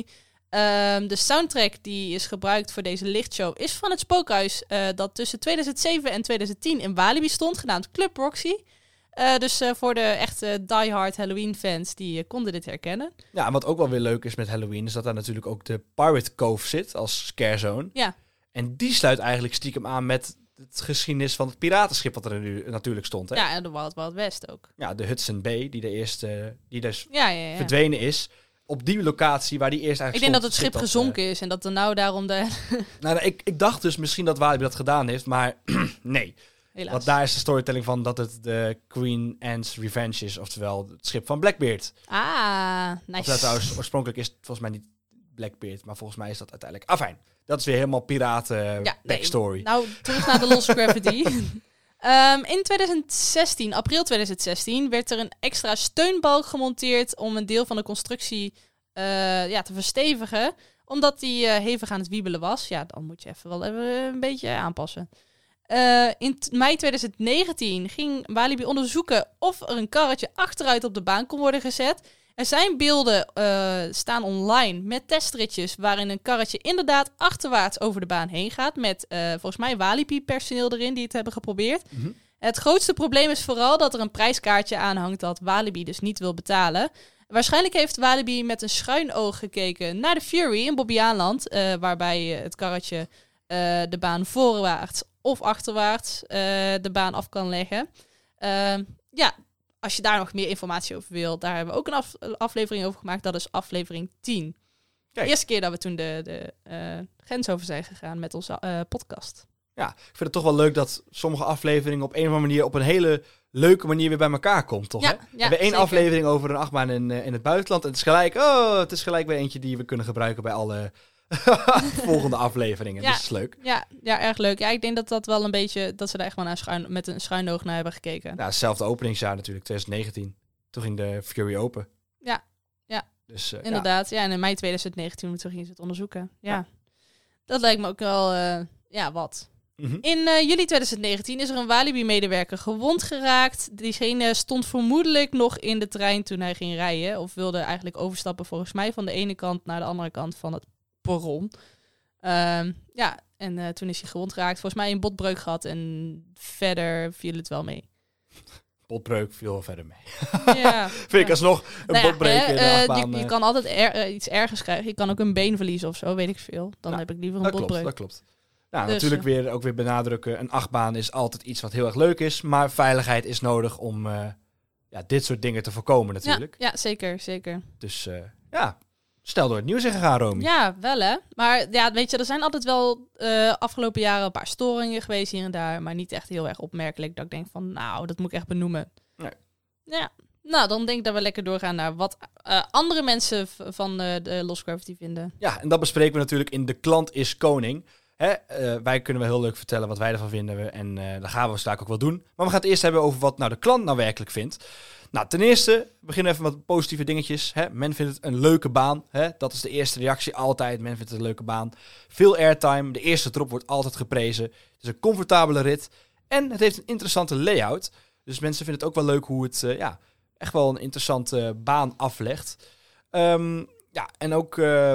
Speaker 1: De soundtrack die is gebruikt voor deze lichtshow is van het spookhuis dat tussen 2007 en 2010 in Walibi stond, genaamd Club Roxy. Dus voor de echte diehard Halloween fans, die konden dit herkennen. Ja,
Speaker 2: en wat ook wel weer leuk is met Halloween, is dat daar natuurlijk ook de Pirate Cove zit als scare zone.
Speaker 1: Ja.
Speaker 2: En die sluit eigenlijk stiekem aan met het geschiedenis van het piratenschip wat er nu natuurlijk stond. Hè?
Speaker 1: Ja, en de Wild Wild West ook.
Speaker 2: Ja, de Hudson Bay, die de eerste, die dus verdwenen is. Op die locatie waar die eerst eigenlijk
Speaker 1: Ik denk dat het schip gezonken is en dat er nou daarom de...
Speaker 2: ik dacht dus misschien dat Walibi dat gedaan heeft, maar nee.
Speaker 1: Helaas.
Speaker 2: Want daar is de storytelling van dat het de Queen Anne's Revenge is, oftewel het schip van Blackbeard.
Speaker 1: Ah, nice.
Speaker 2: Of dat trouwens, oorspronkelijk is het volgens mij niet Blackbeard, maar volgens mij is dat uiteindelijk... Fijn. Dat is weer helemaal piraten backstory.
Speaker 1: Nou, terug naar de Lost Gravity. In 2016, april 2016, werd er een extra steunbalk gemonteerd om een deel van de constructie te verstevigen. Omdat die hevig aan het wiebelen was. Ja, dan moet je even een beetje aanpassen. In mei 2019 ging Walibi onderzoeken of er een karretje achteruit op de baan kon worden gezet. Er zijn beelden staan online met testritjes waarin een karretje inderdaad achterwaarts over de baan heen gaat. Met volgens mij Walibi-personeel erin die het hebben geprobeerd. Mm-hmm. Het grootste probleem is vooral dat er een prijskaartje aanhangt dat Walibi dus niet wil betalen. Waarschijnlijk heeft Walibi met een schuin oog gekeken naar de Fury in Bobbejaanland, waarbij het karretje de baan voorwaarts of achterwaarts de baan af kan leggen. Als je daar nog meer informatie over wil, daar hebben we ook een aflevering over gemaakt. Dat is aflevering 10. Kijk. De eerste keer dat we toen de grens over zijn gegaan met onze podcast.
Speaker 2: Ja, ik vind het toch wel leuk dat sommige afleveringen op een of andere manier op een hele leuke manier weer bij elkaar komt, toch?
Speaker 1: Ja,
Speaker 2: hè? We hebben één aflevering over een achtbaan in het buitenland. En het is gelijk weer eentje die we kunnen gebruiken bij alle volgende afleveringen.
Speaker 1: Ja,
Speaker 2: dat is leuk.
Speaker 1: Ja, erg leuk. Ja, ik denk dat wel een beetje, dat ze daar echt wel met een schuin oog naar hebben gekeken.
Speaker 2: Ja, hetzelfde openingsjaar natuurlijk, 2019. Toen ging de Fury open.
Speaker 1: Ja.
Speaker 2: Dus,
Speaker 1: inderdaad. Ja, en in mei 2019 toen gingen ze het onderzoeken. Ja. Dat lijkt me ook wel, wat. Mm-hmm. In juli 2019 is er een Walibi-medewerker gewond geraakt. Diegene stond vermoedelijk nog in de trein toen hij ging rijden. Of wilde eigenlijk overstappen volgens mij van de ene kant naar de andere kant van het perron. Toen is hij gewond geraakt. Volgens mij een botbreuk gehad en verder viel het wel mee.
Speaker 2: Botbreuk viel wel verder mee.
Speaker 1: Ja.
Speaker 2: Vind ik alsnog een botbreuk in de achtbaan.
Speaker 1: Je kan altijd iets ergers krijgen. Je kan ook een been verliezen of zo, weet ik veel. Dan heb ik liever een botbreuk.
Speaker 2: Dat klopt. Nou, dus, natuurlijk ook weer benadrukken. Een achtbaan is altijd iets wat heel erg leuk is. Maar veiligheid is nodig om dit soort dingen te voorkomen natuurlijk.
Speaker 1: Ja, zeker.
Speaker 2: Dus snel door het nieuws gegaan, Romy.
Speaker 1: Ja, wel hè. Maar ja, weet je, er zijn altijd wel afgelopen jaren een paar storingen geweest hier en daar. Maar niet echt heel erg opmerkelijk dat ik denk van, nou, dat moet ik echt benoemen. Nee. Ja, nou, dan denk ik dat we lekker doorgaan naar wat andere mensen van de Lost Gravity vinden. Ja,
Speaker 2: en dat bespreken we natuurlijk in De Klant is Koning. Wij kunnen wel heel leuk vertellen wat wij ervan vinden. En dat gaan we straks ook wel doen. Maar we gaan het eerst hebben over wat de klant nou werkelijk vindt. Nou, ten eerste, we beginnen even met positieve dingetjes. Men vindt het een leuke baan. Dat is de eerste reactie altijd. Men vindt het een leuke baan. Veel airtime. De eerste drop wordt altijd geprezen. Het is een comfortabele rit. En het heeft een interessante layout. Dus mensen vinden het ook wel leuk hoe het echt wel een interessante baan aflegt. En ook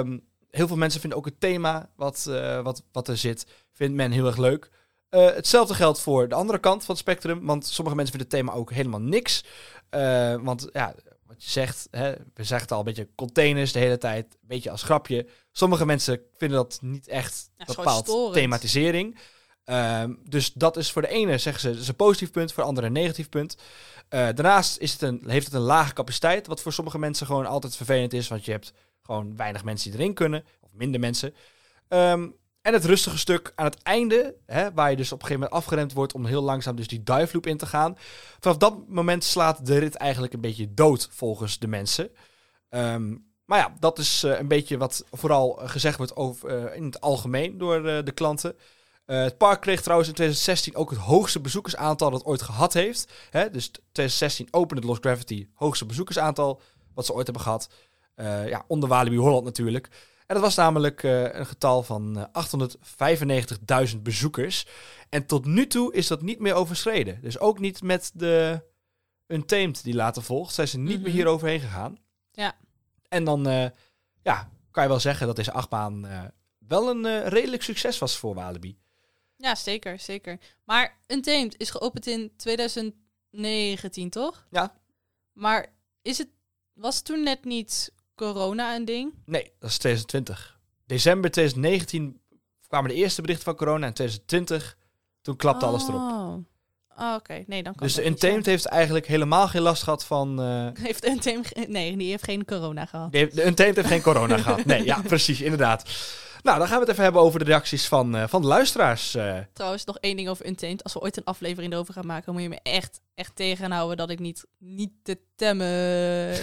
Speaker 2: heel veel mensen vinden ook het thema wat er zit, vindt men heel erg leuk. Hetzelfde geldt voor de andere kant van het spectrum. Want sommige mensen vinden het thema ook helemaal niks. Want ja, wat je zegt, we zeggen het al, een beetje containers de hele tijd. Een beetje als grapje. Sommige mensen vinden dat niet echt bepaald thematisering. Dus dat is voor de ene, zeggen ze, is een positief punt. Voor de andere een negatief punt. Daarnaast heeft het een lage capaciteit. Wat voor sommige mensen gewoon altijd vervelend is. Want je hebt gewoon weinig mensen die erin kunnen. Of minder mensen. En het rustige stuk aan het einde, waar je dus op een gegeven moment afgeremd wordt om heel langzaam dus die dive loop in te gaan. Vanaf dat moment slaat de rit eigenlijk een beetje dood volgens de mensen. Maar ja, dat is een beetje wat vooral gezegd wordt over, in het algemeen door de klanten. Het park kreeg trouwens in 2016 ook het hoogste bezoekersaantal dat het ooit gehad heeft. Dus 2016 opende Lost Gravity, hoogste bezoekersaantal wat ze ooit hebben gehad. Onder Walibi Holland natuurlijk. En dat was namelijk een getal van 895.000 bezoekers. En tot nu toe is dat niet meer overschreden. Dus ook niet met de Untamed die later volgt. Zijn ze niet meer hier overheen gegaan.
Speaker 1: Ja.
Speaker 2: En dan kan je wel zeggen dat deze achtbaan wel een redelijk succes was voor Walibi.
Speaker 1: Ja, zeker, zeker. Maar Untamed is geopend in 2019, toch?
Speaker 2: Ja.
Speaker 1: Maar was toen net niet corona een ding?
Speaker 2: Nee, dat is 2020. December 2019 kwamen de eerste berichten van corona. En 2020, toen klapte alles erop.
Speaker 1: Oké. Nee, dan kan
Speaker 2: dus de Untamed heeft eigenlijk helemaal geen last gehad van...
Speaker 1: Heeft Untamed... Nee, die heeft geen corona gehad.
Speaker 2: De Untamed heeft geen corona gehad. Nee, ja, precies, inderdaad. Nou, dan gaan we het even hebben over de reacties van de luisteraars.
Speaker 1: Trouwens, nog één ding over Untamed. Als we ooit een aflevering erover gaan maken, moet je me echt tegenhouden dat ik niet te temmen...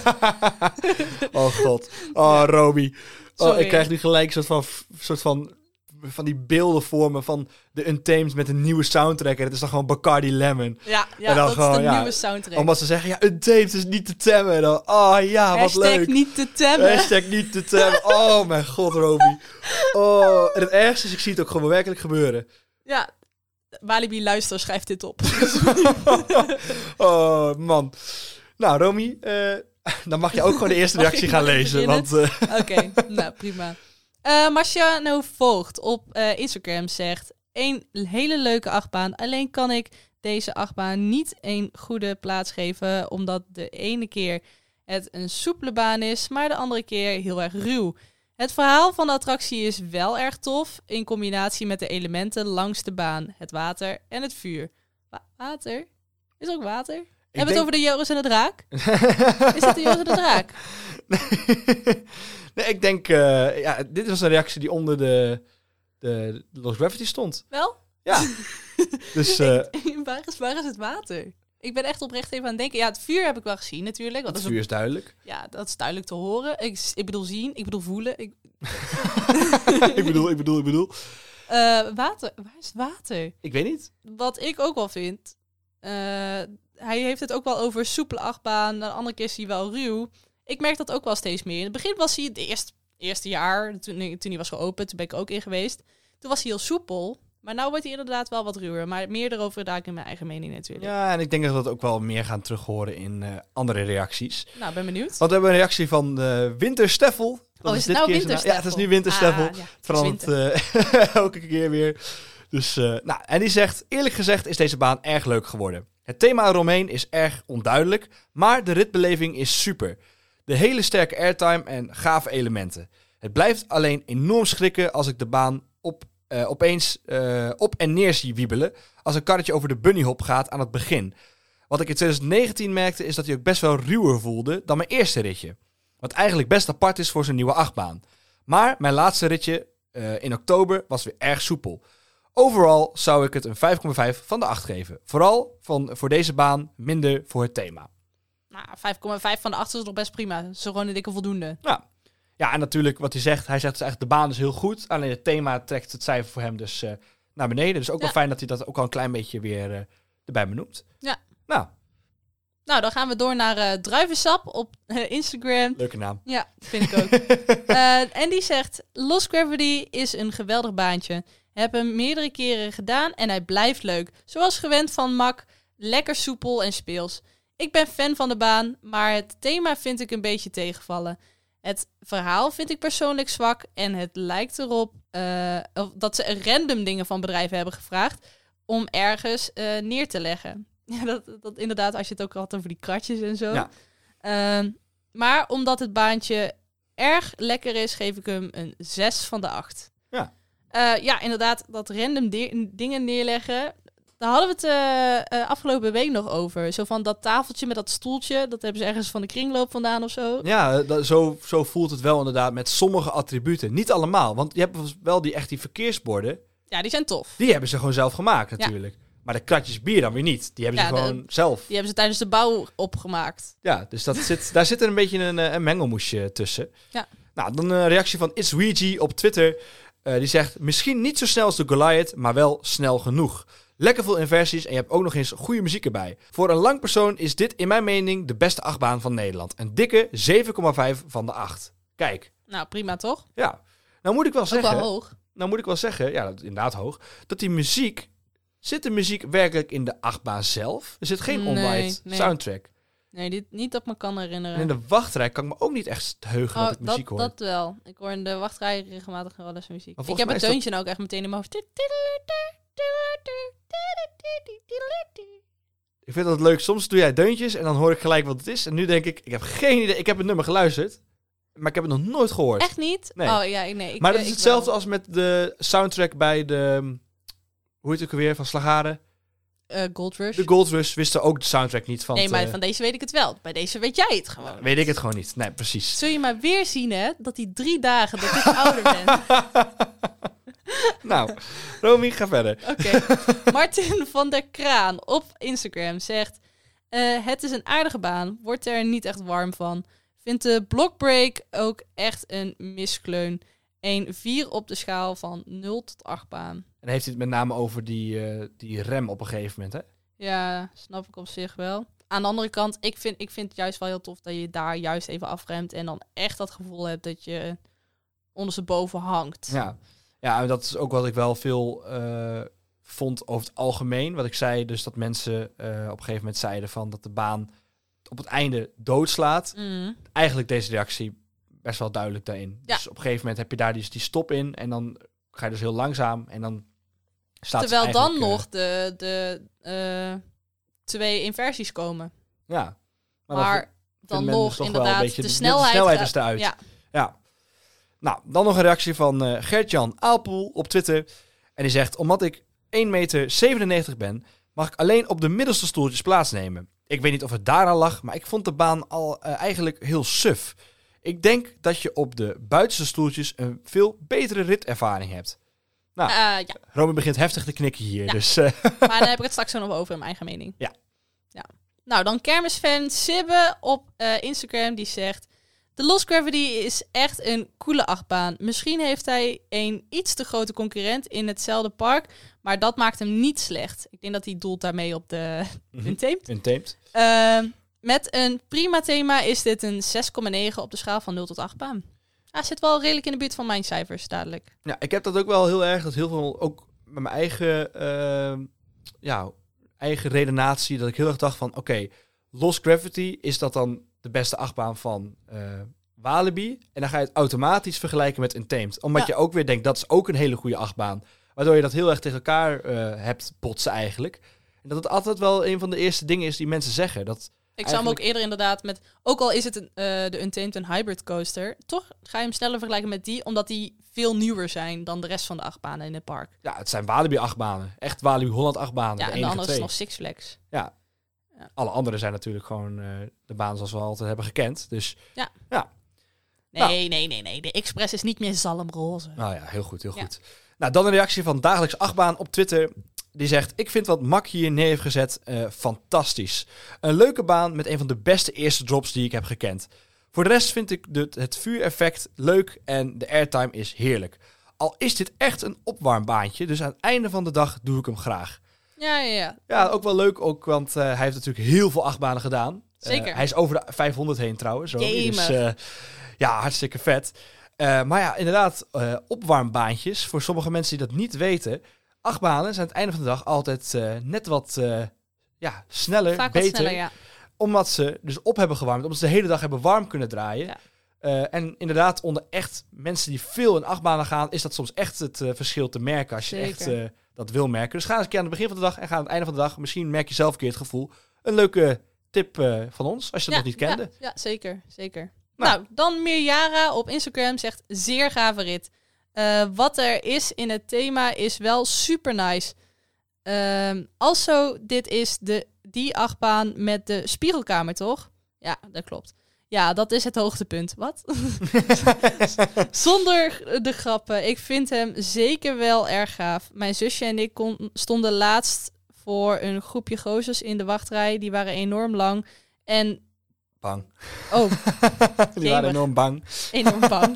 Speaker 2: Oh god. Oh, Romy. Ik krijg nu gelijk een soort van die beelden voor me van de Untamed met een nieuwe soundtrack. En het is dan gewoon Bacardi Lemon.
Speaker 1: Ja, dat is de nieuwe soundtrack.
Speaker 2: Omdat ze zeggen, ja, Untamed is niet te temmen. En dan, wat leuk.
Speaker 1: Hashtag niet te temmen.
Speaker 2: Hashtag niet te temmen. Oh mijn god, Romy. Oh, en het ergste is, ik zie het ook gewoon werkelijk gebeuren.
Speaker 1: Ja, Walibi luister, schrijf dit op.
Speaker 2: Oh, man. Nou, Romy, dan mag je ook gewoon de eerste reactie gaan lezen.
Speaker 1: Oké, nou prima. Marciano Voogd op Instagram zegt... Een hele leuke achtbaan. Alleen kan ik deze achtbaan niet een goede plaats geven... omdat de ene keer het een soepele baan is... maar de andere keer heel erg ruw. Het verhaal van de attractie is wel erg tof... in combinatie met de elementen langs de baan. Het water en het vuur. Water? Is er ook water? Hebben we het over de Joris en de Draak? Is het de Joris en de Draak?
Speaker 2: Nee, ik denk... dit was een reactie die onder de Lost Gravity stond.
Speaker 1: Wel?
Speaker 2: Ja. Dus,
Speaker 1: waar is het water? Ik ben echt oprecht even aan het denken. Ja, het vuur heb ik wel gezien natuurlijk.
Speaker 2: Het vuur is duidelijk.
Speaker 1: Ja, dat is duidelijk te horen. Ik bedoel zien, ik bedoel voelen.
Speaker 2: Ik bedoel.
Speaker 1: Water. Waar is het water?
Speaker 2: Ik weet niet.
Speaker 1: Wat ik ook wel vind... hij heeft het ook wel over soepele achtbaan. De andere keer is hij wel ruw. Ik merk dat ook wel steeds meer. In het begin was hij het eerste jaar, toen hij was geopend, toen ben ik ook in geweest. Toen was hij heel soepel. Maar nu wordt hij inderdaad wel wat ruwer. Maar meer erover daar in mijn eigen mening natuurlijk.
Speaker 2: Ja, en ik denk dat we dat ook wel meer gaan terughoren in andere reacties.
Speaker 1: Nou, ben benieuwd.
Speaker 2: Want we hebben een reactie van Winter Steffel.
Speaker 1: Is het nou Winter Steffel?
Speaker 2: Ja, het is nu Winter Steffel. Het verandert elke keer weer. Dus, en die zegt, eerlijk gezegd is deze baan erg leuk geworden. Het thema eromheen is erg onduidelijk, maar de ritbeleving is super. De hele sterke airtime en gave elementen. Het blijft alleen enorm schrikken als ik de baan opeens op en neer zie wiebelen als een karretje over de bunnyhop gaat aan het begin. Wat ik in 2019 merkte is dat hij ook best wel ruwer voelde dan mijn eerste ritje. Wat eigenlijk best apart is voor zijn nieuwe achtbaan. Maar mijn laatste ritje in oktober was weer erg soepel. Overal zou ik het een 5,5 van de 8 geven. Vooral voor deze baan, minder voor het thema.
Speaker 1: Nou, 5,5 van de 8 is nog best prima. Dat is gewoon een dikke voldoende.
Speaker 2: Ja, en natuurlijk wat hij zegt dus eigenlijk de baan is heel goed. Alleen het thema trekt het cijfer voor hem dus naar beneden. Dus ook wel fijn dat hij dat ook al een klein beetje weer erbij benoemt.
Speaker 1: Ja.
Speaker 2: Nou,
Speaker 1: dan gaan we door naar druivensap op Instagram.
Speaker 2: Leuke naam.
Speaker 1: Ja, vind ik ook. En die zegt, Lost Gravity is een geweldig baantje. Heb hem meerdere keren gedaan en hij blijft leuk. Zoals gewend van Mac, lekker soepel en speels. Ik ben fan van de baan, maar het thema vind ik een beetje tegenvallen. Het verhaal vind ik persoonlijk zwak. En het lijkt erop dat ze random dingen van bedrijven hebben gevraagd om ergens neer te leggen. Ja, dat inderdaad, als je het ook had over die kratjes en zo. Ja. Maar omdat het baantje erg lekker is, geef ik hem een 6 van de 8.
Speaker 2: Ja.
Speaker 1: Ja, inderdaad, dat random dingen neerleggen. Daar hadden we het afgelopen week nog over. Zo van dat tafeltje met dat stoeltje, dat hebben ze ergens van de kringloop vandaan of zo.
Speaker 2: Ja, zo voelt het wel inderdaad met sommige attributen. Niet allemaal, want je hebt wel die verkeersborden.
Speaker 1: Ja, die zijn tof.
Speaker 2: Die hebben ze gewoon zelf gemaakt natuurlijk. Ja. Maar de kratjes bier dan weer niet. Die hebben ze gewoon zelf. Die
Speaker 1: hebben ze tijdens de bouw opgemaakt.
Speaker 2: Ja, dus daar zit er een beetje een mengelmoesje tussen.
Speaker 1: Ja.
Speaker 2: Nou, dan een reactie van It's Ouija op Twitter. Die zegt, misschien niet zo snel als de Goliath, maar wel snel genoeg. Lekker veel inversies en je hebt ook nog eens goede muziek erbij. Voor een lang persoon is dit in mijn mening de beste achtbaan van Nederland. Een dikke 7,5 van de 8. Kijk.
Speaker 1: Nou, prima toch?
Speaker 2: Ja. Nou moet ik wel zeggen...
Speaker 1: Ook wel hoog.
Speaker 2: Nou moet ik wel zeggen, ja, inderdaad hoog, dat die muziek... Zit de muziek werkelijk in de achtbaan zelf? Er zit geen on-ride soundtrack.
Speaker 1: Nee, niet dat ik me kan herinneren.
Speaker 2: En in de wachtrij kan ik me ook niet echt heugen dat ik muziek hoor.
Speaker 1: Dat wel. Ik hoor in de wachtrij regelmatig wel eens muziek. Ik heb het deuntje nou ook echt meteen in mijn hoofd.
Speaker 2: Ik vind dat leuk. Soms doe jij deuntjes en dan hoor ik gelijk wat het is. En nu denk ik heb geen idee. Ik heb het nummer geluisterd, maar ik heb het nog nooit gehoord.
Speaker 1: Echt niet?
Speaker 2: Nee.
Speaker 1: Oh ja, nee.
Speaker 2: Maar dat is hetzelfde als met de soundtrack bij de... Hoe heet het ook weer? Van Slagade?
Speaker 1: Gold Rush.
Speaker 2: De Gold Rush wisten ook de soundtrack niet van...
Speaker 1: Nee, maar van deze weet ik het wel. Bij deze weet jij het gewoon.
Speaker 2: Weet ik het gewoon niet. Nee, precies.
Speaker 1: Zul je maar weer zien, hè? Dat die 3 dagen dat ik ouder ben.
Speaker 2: Nou, Romy, ga verder.
Speaker 1: Oké. Martin van der Kraan op Instagram zegt... het is een aardige baan. Wordt er niet echt warm van. Vindt de blockbreak ook echt een miskleun. Een 4 op de schaal van 0 tot 8 baan.
Speaker 2: En heeft hij het met name over die rem op een gegeven moment, hè?
Speaker 1: Ja, snap ik op zich wel. Aan de andere kant, ik vind het juist wel heel tof dat je daar juist even afremt en dan echt dat gevoel hebt dat je ondersteboven hangt.
Speaker 2: Ja, en dat is ook wat ik wel veel vond over het algemeen. Wat ik zei, dus dat mensen op een gegeven moment zeiden van dat de baan op het einde doodslaat. Eigenlijk deze reactie best wel duidelijk daarin. Ja. Dus op een gegeven moment heb je daar die stop in en dan ga je dus heel langzaam en dan staat
Speaker 1: terwijl het dan nog de 2 inversies komen.
Speaker 2: Ja.
Speaker 1: Maar dan nog inderdaad de snelheid
Speaker 2: is eruit. Ja. Nou, dan nog een reactie van Gert-Jan Aalpoel op Twitter. En die zegt, omdat ik 1,97 meter ben, mag ik alleen op de middelste stoeltjes plaatsnemen. Ik weet niet of het daaraan lag, maar ik vond de baan al eigenlijk heel suf. Ik denk dat je op de buitenste stoeltjes een veel betere ritervaring hebt. Nou, ja. Romy begint heftig te knikken hier. Ja. Dus,
Speaker 1: maar daar heb ik het straks zo nog over in mijn eigen mening.
Speaker 2: Ja.
Speaker 1: Nou, dan kermisfan Sibbe op Instagram die zegt... De Lost Gravity is echt een coole achtbaan. Misschien heeft hij een iets te grote concurrent in hetzelfde park, maar dat maakt hem niet slecht. Ik denk dat hij doelt daarmee op de Untamed. Met een prima thema is dit een 6,9 op de schaal van 0 tot 8 baan. Zit wel redelijk in de buurt van mijn cijfers, dadelijk.
Speaker 2: Ja, ik heb dat ook wel heel erg, dat heel veel, ook met mijn eigen redenatie, dat ik heel erg dacht van, oké, Lost Gravity, is dat dan de beste achtbaan van Walibi? En dan ga je het automatisch vergelijken met Untamed. Omdat je ook weer denkt, dat is ook een hele goede achtbaan. Waardoor je dat heel erg tegen elkaar hebt botsen eigenlijk. En dat het altijd wel een van de eerste dingen is die mensen zeggen. Dat
Speaker 1: ik zou hem ook eerder inderdaad met... Ook al is het de Untamed een hybrid coaster, toch ga je hem sneller vergelijken met die, omdat die veel nieuwer zijn dan de rest van de achtbanen in het park.
Speaker 2: Ja, het zijn Walibi achtbanen. Echt Walibi Holland achtbanen.
Speaker 1: Ja, en de andere is nog Six Flags.
Speaker 2: Ja. Alle andere zijn natuurlijk gewoon de baan zoals we altijd hebben gekend. Dus ja.
Speaker 1: Nee. De Express is niet meer zalmroze.
Speaker 2: Nou ja, heel goed. Nou, dan een reactie van Dagelijks Achtbaan op Twitter. Die zegt, ik vind wat Mak hier neer heeft gezet fantastisch. Een leuke baan met een van de beste eerste drops die ik heb gekend. Voor de rest vind ik het vuureffect leuk en de airtime is heerlijk. Al is dit echt een opwarmbaantje, dus aan het einde van de dag doe ik hem graag.
Speaker 1: Ja.
Speaker 2: Ja, ook wel leuk, want hij heeft natuurlijk heel veel achtbanen gedaan.
Speaker 1: Zeker.
Speaker 2: Hij is over de 500 heen trouwens. Dus, hartstikke vet. Maar ja, inderdaad, opwarmbaantjes. Voor sommige mensen die dat niet weten, achtbanen zijn aan het einde van de dag altijd net wat sneller,
Speaker 1: vaak
Speaker 2: beter.
Speaker 1: Wat sneller, ja.
Speaker 2: Omdat ze dus op hebben gewarmd, omdat ze de hele dag hebben warm kunnen draaien. Ja. En inderdaad, onder echt mensen die veel in achtbanen gaan, is dat soms echt het verschil te merken als je echt dat wil merken. Dus ga eens een keer aan het begin van de dag en ga aan het einde van de dag. Misschien merk je zelf een keer het gevoel. Een leuke tip van ons, als je dat nog niet kende.
Speaker 1: Ja, zeker. Nou, dan Mirjara op Instagram zegt zeer gave rit. Wat er is in het thema is wel super nice. Also, dit is die achtbaan met de spiegelkamer, toch? Ja, dat klopt. Ja, dat is het hoogtepunt. Wat? Zonder de grappen. Ik vind hem zeker wel erg gaaf. Mijn zusje en ik stonden laatst voor een groepje gozers in de wachtrij. Die waren enorm lang. En...
Speaker 2: Bang.
Speaker 1: Oh.
Speaker 2: Die waren enorm bang.
Speaker 1: Enorm bang.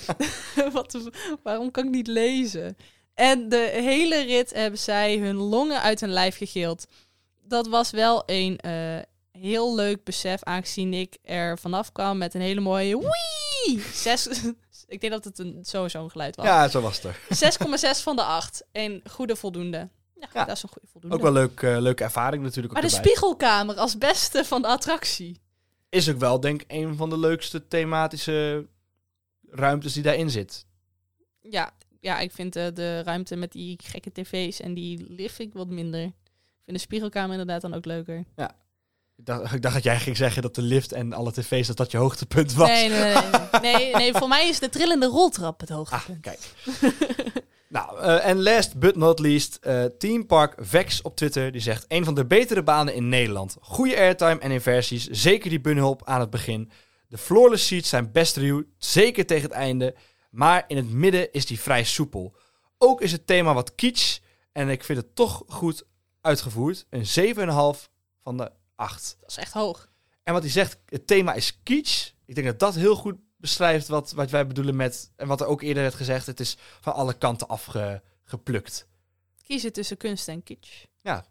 Speaker 1: Waarom kan ik niet lezen? En de hele rit hebben zij hun longen uit hun lijf gegild. Dat was wel een heel leuk besef, aangezien ik er vanaf kwam met een hele mooie wii! Ik denk dat het zo'n geluid was.
Speaker 2: Ja, zo was het er.
Speaker 1: 6,6 van de 8. Een goede voldoende. Ja, dat is een goede voldoende.
Speaker 2: Ook wel leuke ervaring natuurlijk.
Speaker 1: Maar de spiegelkamer als beste van de attractie.
Speaker 2: Is ook wel, denk ik, een van de leukste thematische ruimtes die daarin zit.
Speaker 1: Ja, ik vind de ruimte met die gekke tv's en die lift ik wat minder. Ik vind de spiegelkamer inderdaad dan ook leuker.
Speaker 2: Ja. Ik dacht dat jij ging zeggen dat de lift en alle tv's dat je hoogtepunt was.
Speaker 1: Nee, voor mij is de trillende roltrap het hoogtepunt.
Speaker 2: Kijk. Nou, en last but not least, Theme Park Vex op Twitter. Die zegt, een van de betere banen in Nederland. Goede airtime en inversies. Zeker die bunhulp aan het begin. De floorless seats zijn best ruw. Zeker tegen het einde. Maar in het midden is die vrij soepel. Ook is het thema wat kitsch. En ik vind het toch goed uitgevoerd. Een 7,5 van de 8.
Speaker 1: Dat is echt hoog.
Speaker 2: En wat hij zegt, het thema is kitsch. Ik denk dat dat heel goed beschrijft wat wij bedoelen met... En wat er ook eerder werd gezegd, het is van alle kanten afgeplukt.
Speaker 1: Kiezen tussen kunst en kitsch.
Speaker 2: Ja.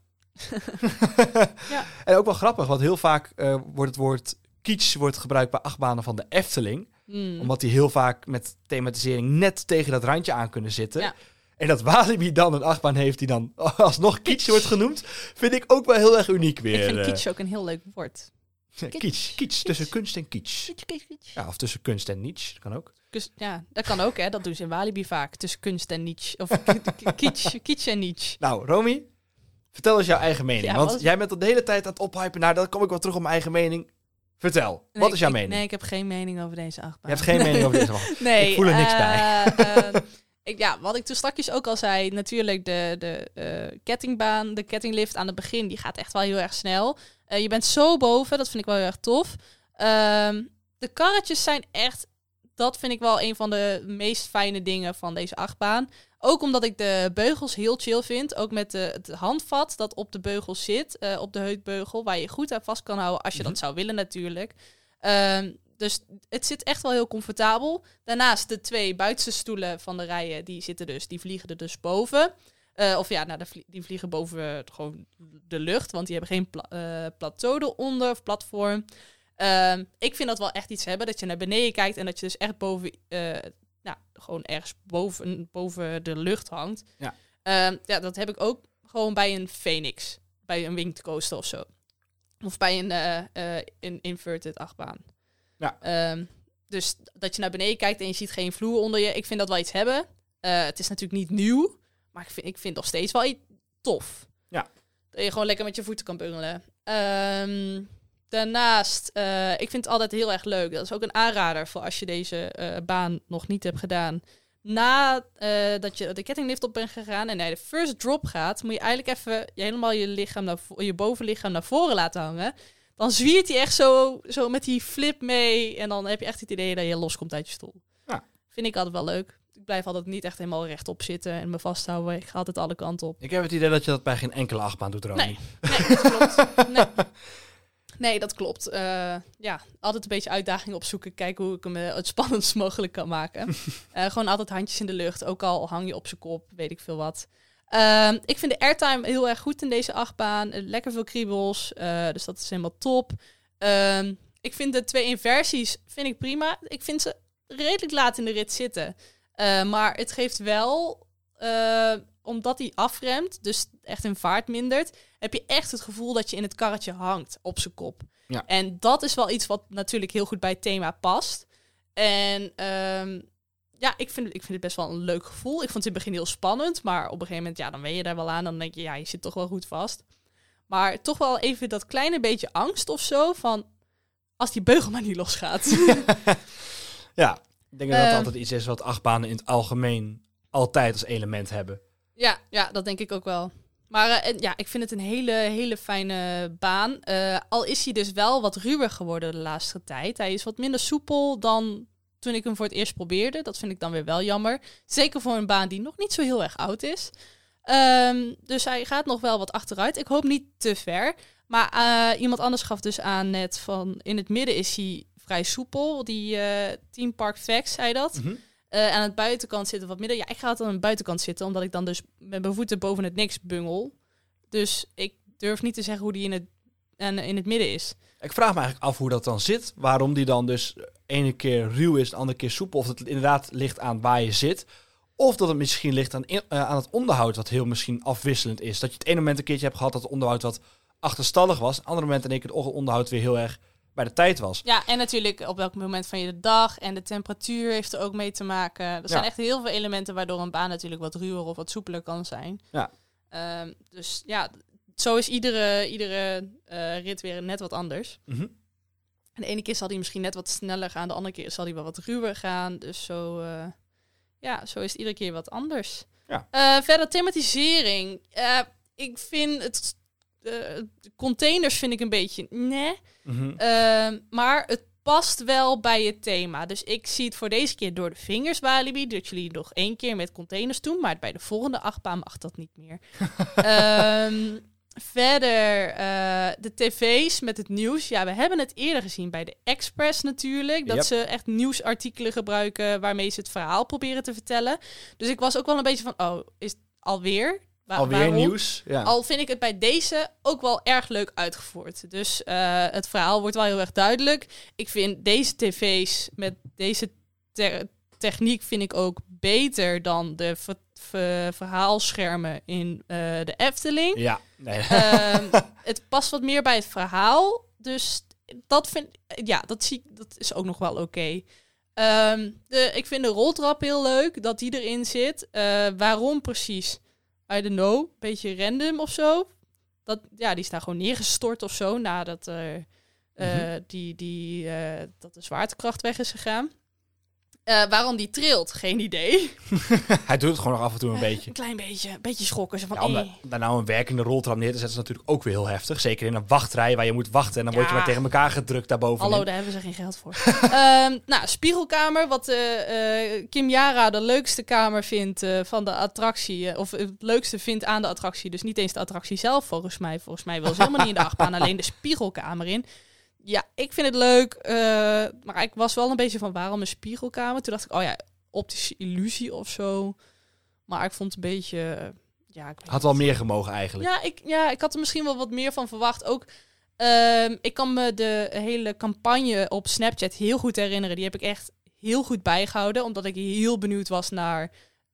Speaker 2: Ja. En ook wel grappig, want heel vaak wordt het woord kitsch gebruikt bij achtbanen van de Efteling. Omdat die heel vaak met thematisering net tegen dat randje aan kunnen zitten. Ja. En dat Walibi dan een achtbaan heeft die dan alsnog kitsch wordt genoemd, vind ik ook wel heel erg uniek weer.
Speaker 1: Ik vind kitsch ook een heel leuk woord.
Speaker 2: Kitsch, tussen kunst en kitsch.
Speaker 1: Kitsch.
Speaker 2: Ja, of tussen kunst en niche, dat kan ook.
Speaker 1: Ja, dat kan ook, hè. Dat doen ze in Walibi vaak. Tussen kunst en niche. Of kitsch en niche.
Speaker 2: Nou, Romy, vertel eens jouw eigen mening. Ja, want jij bent al de hele tijd aan het ophypen. Nou, dan kom ik wel terug op mijn eigen mening. Vertel, wat is jouw mening?
Speaker 1: Nee, ik heb geen mening over deze achtbaan.
Speaker 2: Je hebt geen mening over deze achtbaan?
Speaker 1: Nee.
Speaker 2: Ik voel er niks bij.
Speaker 1: Wat ik toen straks ook al zei, natuurlijk de kettingbaan, de kettinglift aan het begin, die gaat echt wel heel erg snel. Je bent zo boven, dat vind ik wel heel erg tof. De karretjes zijn echt, dat vind ik wel een van de meest fijne dingen van deze achtbaan. Ook omdat ik de beugels heel chill vind. Ook met het handvat dat op de beugel zit, op de heutbeugel, waar je goed aan vast kan houden als je dat zou willen natuurlijk. Dus het zit echt wel heel comfortabel. Daarnaast de 2 buitenste stoelen van de rijen, die vliegen er dus boven. Die vliegen boven gewoon de lucht, want die hebben geen plateau eronder of platform. Ik vind dat wel echt iets hebben, dat je naar beneden kijkt en dat je dus echt boven, gewoon ergens boven de lucht hangt. Ja. Dat heb ik ook gewoon bij een Phoenix, bij een Winged Coaster of zo. Of bij een inverted achtbaan. Ja. Dus dat je naar beneden kijkt en je ziet geen vloer onder je. Ik vind dat wel iets hebben. Het is natuurlijk niet nieuw, maar ik vind nog steeds wel iets tof. Ja. Dat je gewoon lekker met je voeten kan bungelen. Daarnaast, ik vind het altijd heel erg leuk. Dat is ook een aanrader voor als je deze baan nog niet hebt gedaan. Nadat je de kettinglift op bent gegaan en naar de first drop gaat, moet je eigenlijk even helemaal je bovenlichaam naar voren laten hangen. Dan zwiert hij echt zo met die flip mee. En dan heb je echt het idee dat je loskomt uit je stoel. Ja. Vind ik altijd wel leuk. Ik blijf altijd niet echt helemaal rechtop zitten en me vasthouden. Ik ga altijd alle kanten op.
Speaker 2: Ik heb het idee dat je dat bij geen enkele achtbaan doet, Romy.
Speaker 1: Nee, dat klopt. Nee, dat klopt. Altijd een beetje uitdaging opzoeken. Kijken hoe ik hem het spannendst mogelijk kan maken. Gewoon altijd handjes in de lucht. Ook al hang je op zijn kop, weet ik veel wat. Ik vind de airtime heel erg goed in deze achtbaan. Lekker veel kriebels. Dus dat is helemaal top. Ik vind de 2 inversies vind ik prima. Ik vind ze redelijk laat in de rit zitten. Maar het geeft wel, omdat hij afremt, dus echt in vaart mindert, heb je echt het gevoel dat je in het karretje hangt op zijn kop. Ja. En dat is wel iets wat natuurlijk heel goed bij het thema past. En ik vind het best wel een leuk gevoel. Ik vond het in het begin heel spannend, maar op een gegeven moment, dan ben je daar wel aan. Dan denk je, je zit toch wel goed vast. Maar toch wel even dat kleine beetje angst of zo van als die beugel maar niet losgaat.
Speaker 2: Ja, ik denk dat dat altijd iets is wat achtbanen in het algemeen altijd als element hebben.
Speaker 1: Ja, dat denk ik ook wel. Maar ik vind het een hele fijne baan. Al is hij dus wel wat ruwer geworden de laatste tijd. Hij is wat minder soepel dan toen ik hem voor het eerst probeerde. Dat vind ik dan weer wel jammer. Zeker voor een baan die nog niet zo heel erg oud is. Dus hij gaat nog wel wat achteruit. Ik hoop niet te ver. Maar iemand anders gaf dus aan net van in het midden is hij vrij soepel. Die Team Park Facts zei dat.
Speaker 2: Mm-hmm.
Speaker 1: Aan de buitenkant zitten wat midden. Ja, ik ga altijd aan de buitenkant zitten, omdat ik dan dus met mijn voeten boven het niks bungel. Dus ik durf niet te zeggen hoe die in het midden is. Ik
Speaker 2: vraag me eigenlijk af hoe dat dan zit. Waarom die dan dus ene keer ruw is, de andere keer soepel. Of het inderdaad ligt aan waar je zit. Of dat het misschien ligt aan het onderhoud, wat heel misschien afwisselend is. Dat je het ene moment een keertje hebt gehad dat het onderhoud wat achterstallig was. Het andere moment in één keer het onderhoud weer heel erg bij de tijd was.
Speaker 1: Ja, en natuurlijk op welk moment van je de dag en de temperatuur heeft er ook mee te maken. Er zijn echt heel veel elementen waardoor een baan natuurlijk wat ruwer of wat soepeler kan zijn.
Speaker 2: Ja.
Speaker 1: Dus ja, zo is iedere rit weer net wat anders.
Speaker 2: Mm-hmm.
Speaker 1: En de ene keer zal die misschien net wat sneller gaan, de andere keer zal die wel wat ruwer gaan. Dus zo is het iedere keer wat anders.
Speaker 2: Ja.
Speaker 1: Verder thematisering. Ik vind het de containers vind ik een beetje
Speaker 2: Mm-hmm.
Speaker 1: maar het past wel bij het thema. Dus ik zie het voor deze keer door de vingers, Walibi. Dat jullie nog 1 keer met containers doen. Maar bij de volgende achtbaan mag dat niet meer. Verder de tv's met het nieuws. Ja, we hebben het eerder gezien bij de Express natuurlijk. Dat ze echt nieuwsartikelen gebruiken waarmee ze het verhaal proberen te vertellen. Dus ik was ook wel een beetje van, is het alweer?
Speaker 2: Alweer nieuws? Ja.
Speaker 1: Al vind ik het bij deze ook wel erg leuk uitgevoerd. Dus het verhaal wordt wel heel erg duidelijk. Ik vind deze tv's met deze techniek vind ik ook beter dan de verhaalschermen in de Efteling.
Speaker 2: Ja. Nee.
Speaker 1: Het past wat meer bij het verhaal. Dus dat is ook nog wel oké. Ik vind de roltrap heel leuk, dat die erin zit. Waarom precies? I don't know. Beetje random of zo. Die staan gewoon neergestort of zo nadat dat de zwaartekracht weg is gegaan. Waarom die trilt? Geen idee.
Speaker 2: Hij doet het gewoon nog af en toe een beetje.
Speaker 1: Een klein beetje. Een beetje schrokken. Zo van,
Speaker 2: om daar nou een werkende roltrap neer te zetten is natuurlijk ook weer heel heftig. Zeker in een wachtrij waar je moet wachten. En dan word je maar tegen elkaar gedrukt daarboven.
Speaker 1: Hallo, daar hebben ze geen geld voor. Spiegelkamer. Wat Kim Jara de leukste kamer vindt van de attractie. Of het leukste vindt aan de attractie. Dus niet eens de attractie zelf volgens mij. Volgens mij wil ze helemaal niet in de achtbaan. Alleen de spiegelkamer in. Ja, ik vind het leuk, maar ik was wel een beetje van waarom een spiegelkamer? Toen dacht ik, optische illusie of zo. Maar ik vond het een beetje,
Speaker 2: had wel meer gemogen eigenlijk.
Speaker 1: Ik had er misschien wel wat meer van verwacht. Ook, ik kan me de hele campagne op Snapchat heel goed herinneren. Die heb ik echt heel goed bijgehouden, omdat ik heel benieuwd was naar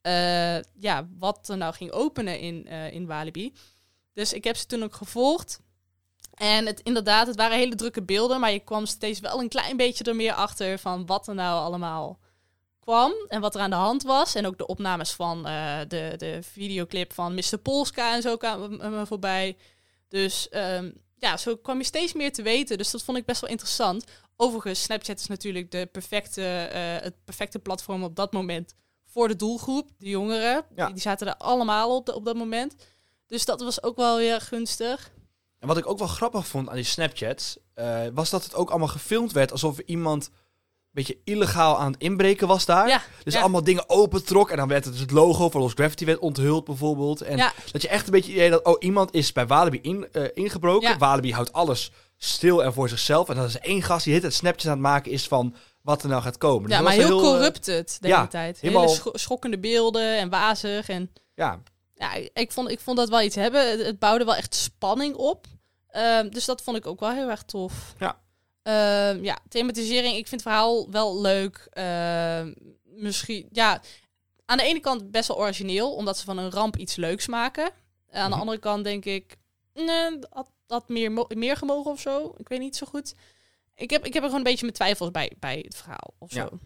Speaker 1: wat er nou ging openen in Walibi. Dus ik heb ze toen ook gevolgd. En het waren hele drukke beelden, maar je kwam steeds wel een klein beetje er meer achter van wat er nou allemaal kwam en wat er aan de hand was. En ook de opnames van de videoclip van Mr. Polska en zo kwamen voorbij. Dus zo kwam je steeds meer te weten. Dus dat vond ik best wel interessant. Overigens, Snapchat is natuurlijk het perfecte platform op dat moment voor de doelgroep, de jongeren. Ja. Die zaten er allemaal op dat moment. Dus dat was ook wel weer gunstig.
Speaker 2: En wat ik ook wel grappig vond aan die Snapchats, was dat het ook allemaal gefilmd werd alsof iemand een beetje illegaal aan het inbreken was daar.
Speaker 1: Ja,
Speaker 2: dus allemaal dingen opentrok en dan werd het logo van Lost Gravity werd onthuld bijvoorbeeld. En dat je echt een beetje idee dat iemand is bij Walibi ingebroken. Ja. Walibi houdt alles stil en voor zichzelf. En dat is één gast die het Snapchat aan het maken is van wat er nou gaat komen. Dus
Speaker 1: ja, maar heel corrupted de hele tijd. Hele schokkende beelden en wazig. En ja, ik vond dat wel iets hebben. Het bouwde wel echt spanning op. Dus dat vond ik ook wel heel erg tof.
Speaker 2: Ja.
Speaker 1: Thematisering. Ik vind het verhaal wel leuk. Misschien, aan de ene kant best wel origineel, omdat ze van een ramp iets leuks maken. Aan de andere kant denk ik, had meer gemogen of zo. Ik weet niet zo goed. Ik heb er gewoon een beetje mijn twijfels bij het verhaal of zo.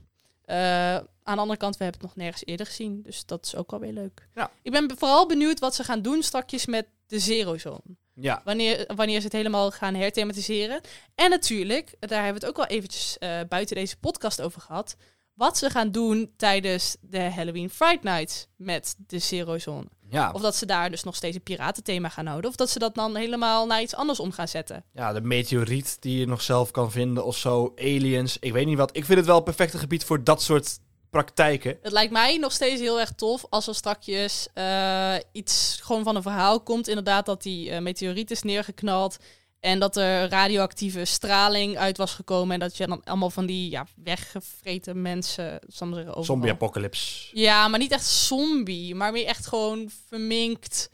Speaker 1: Aan de andere kant, we hebben het nog nergens eerder gezien. Dus dat is ook wel weer leuk.
Speaker 2: Ja.
Speaker 1: Ik ben vooral benieuwd wat ze gaan doen strakjes met de Zero Zone.
Speaker 2: Ja.
Speaker 1: Wanneer ze het helemaal gaan herthematiseren. En natuurlijk, daar hebben we het ook wel eventjes buiten deze podcast over gehad. Wat ze gaan doen tijdens de Halloween Fright Nights met de Zero Zone.
Speaker 2: Ja.
Speaker 1: Of dat ze daar dus nog steeds een piratenthema gaan houden. Of dat ze dat dan helemaal naar iets anders om gaan zetten.
Speaker 2: Ja, de meteoriet die je nog zelf kan vinden of zo. Aliens, ik weet niet wat. Ik vind het wel het perfecte gebied voor dat soort praktijken.
Speaker 1: Het lijkt mij nog steeds heel erg tof als er strakjes iets gewoon van een verhaal komt. Inderdaad dat die meteoriet is neergeknald. En dat er radioactieve straling uit was gekomen. En dat je dan allemaal van die weggevreten mensen...
Speaker 2: Zombie-apocalypse.
Speaker 1: Ja, maar niet echt zombie. Maar meer echt gewoon verminkt.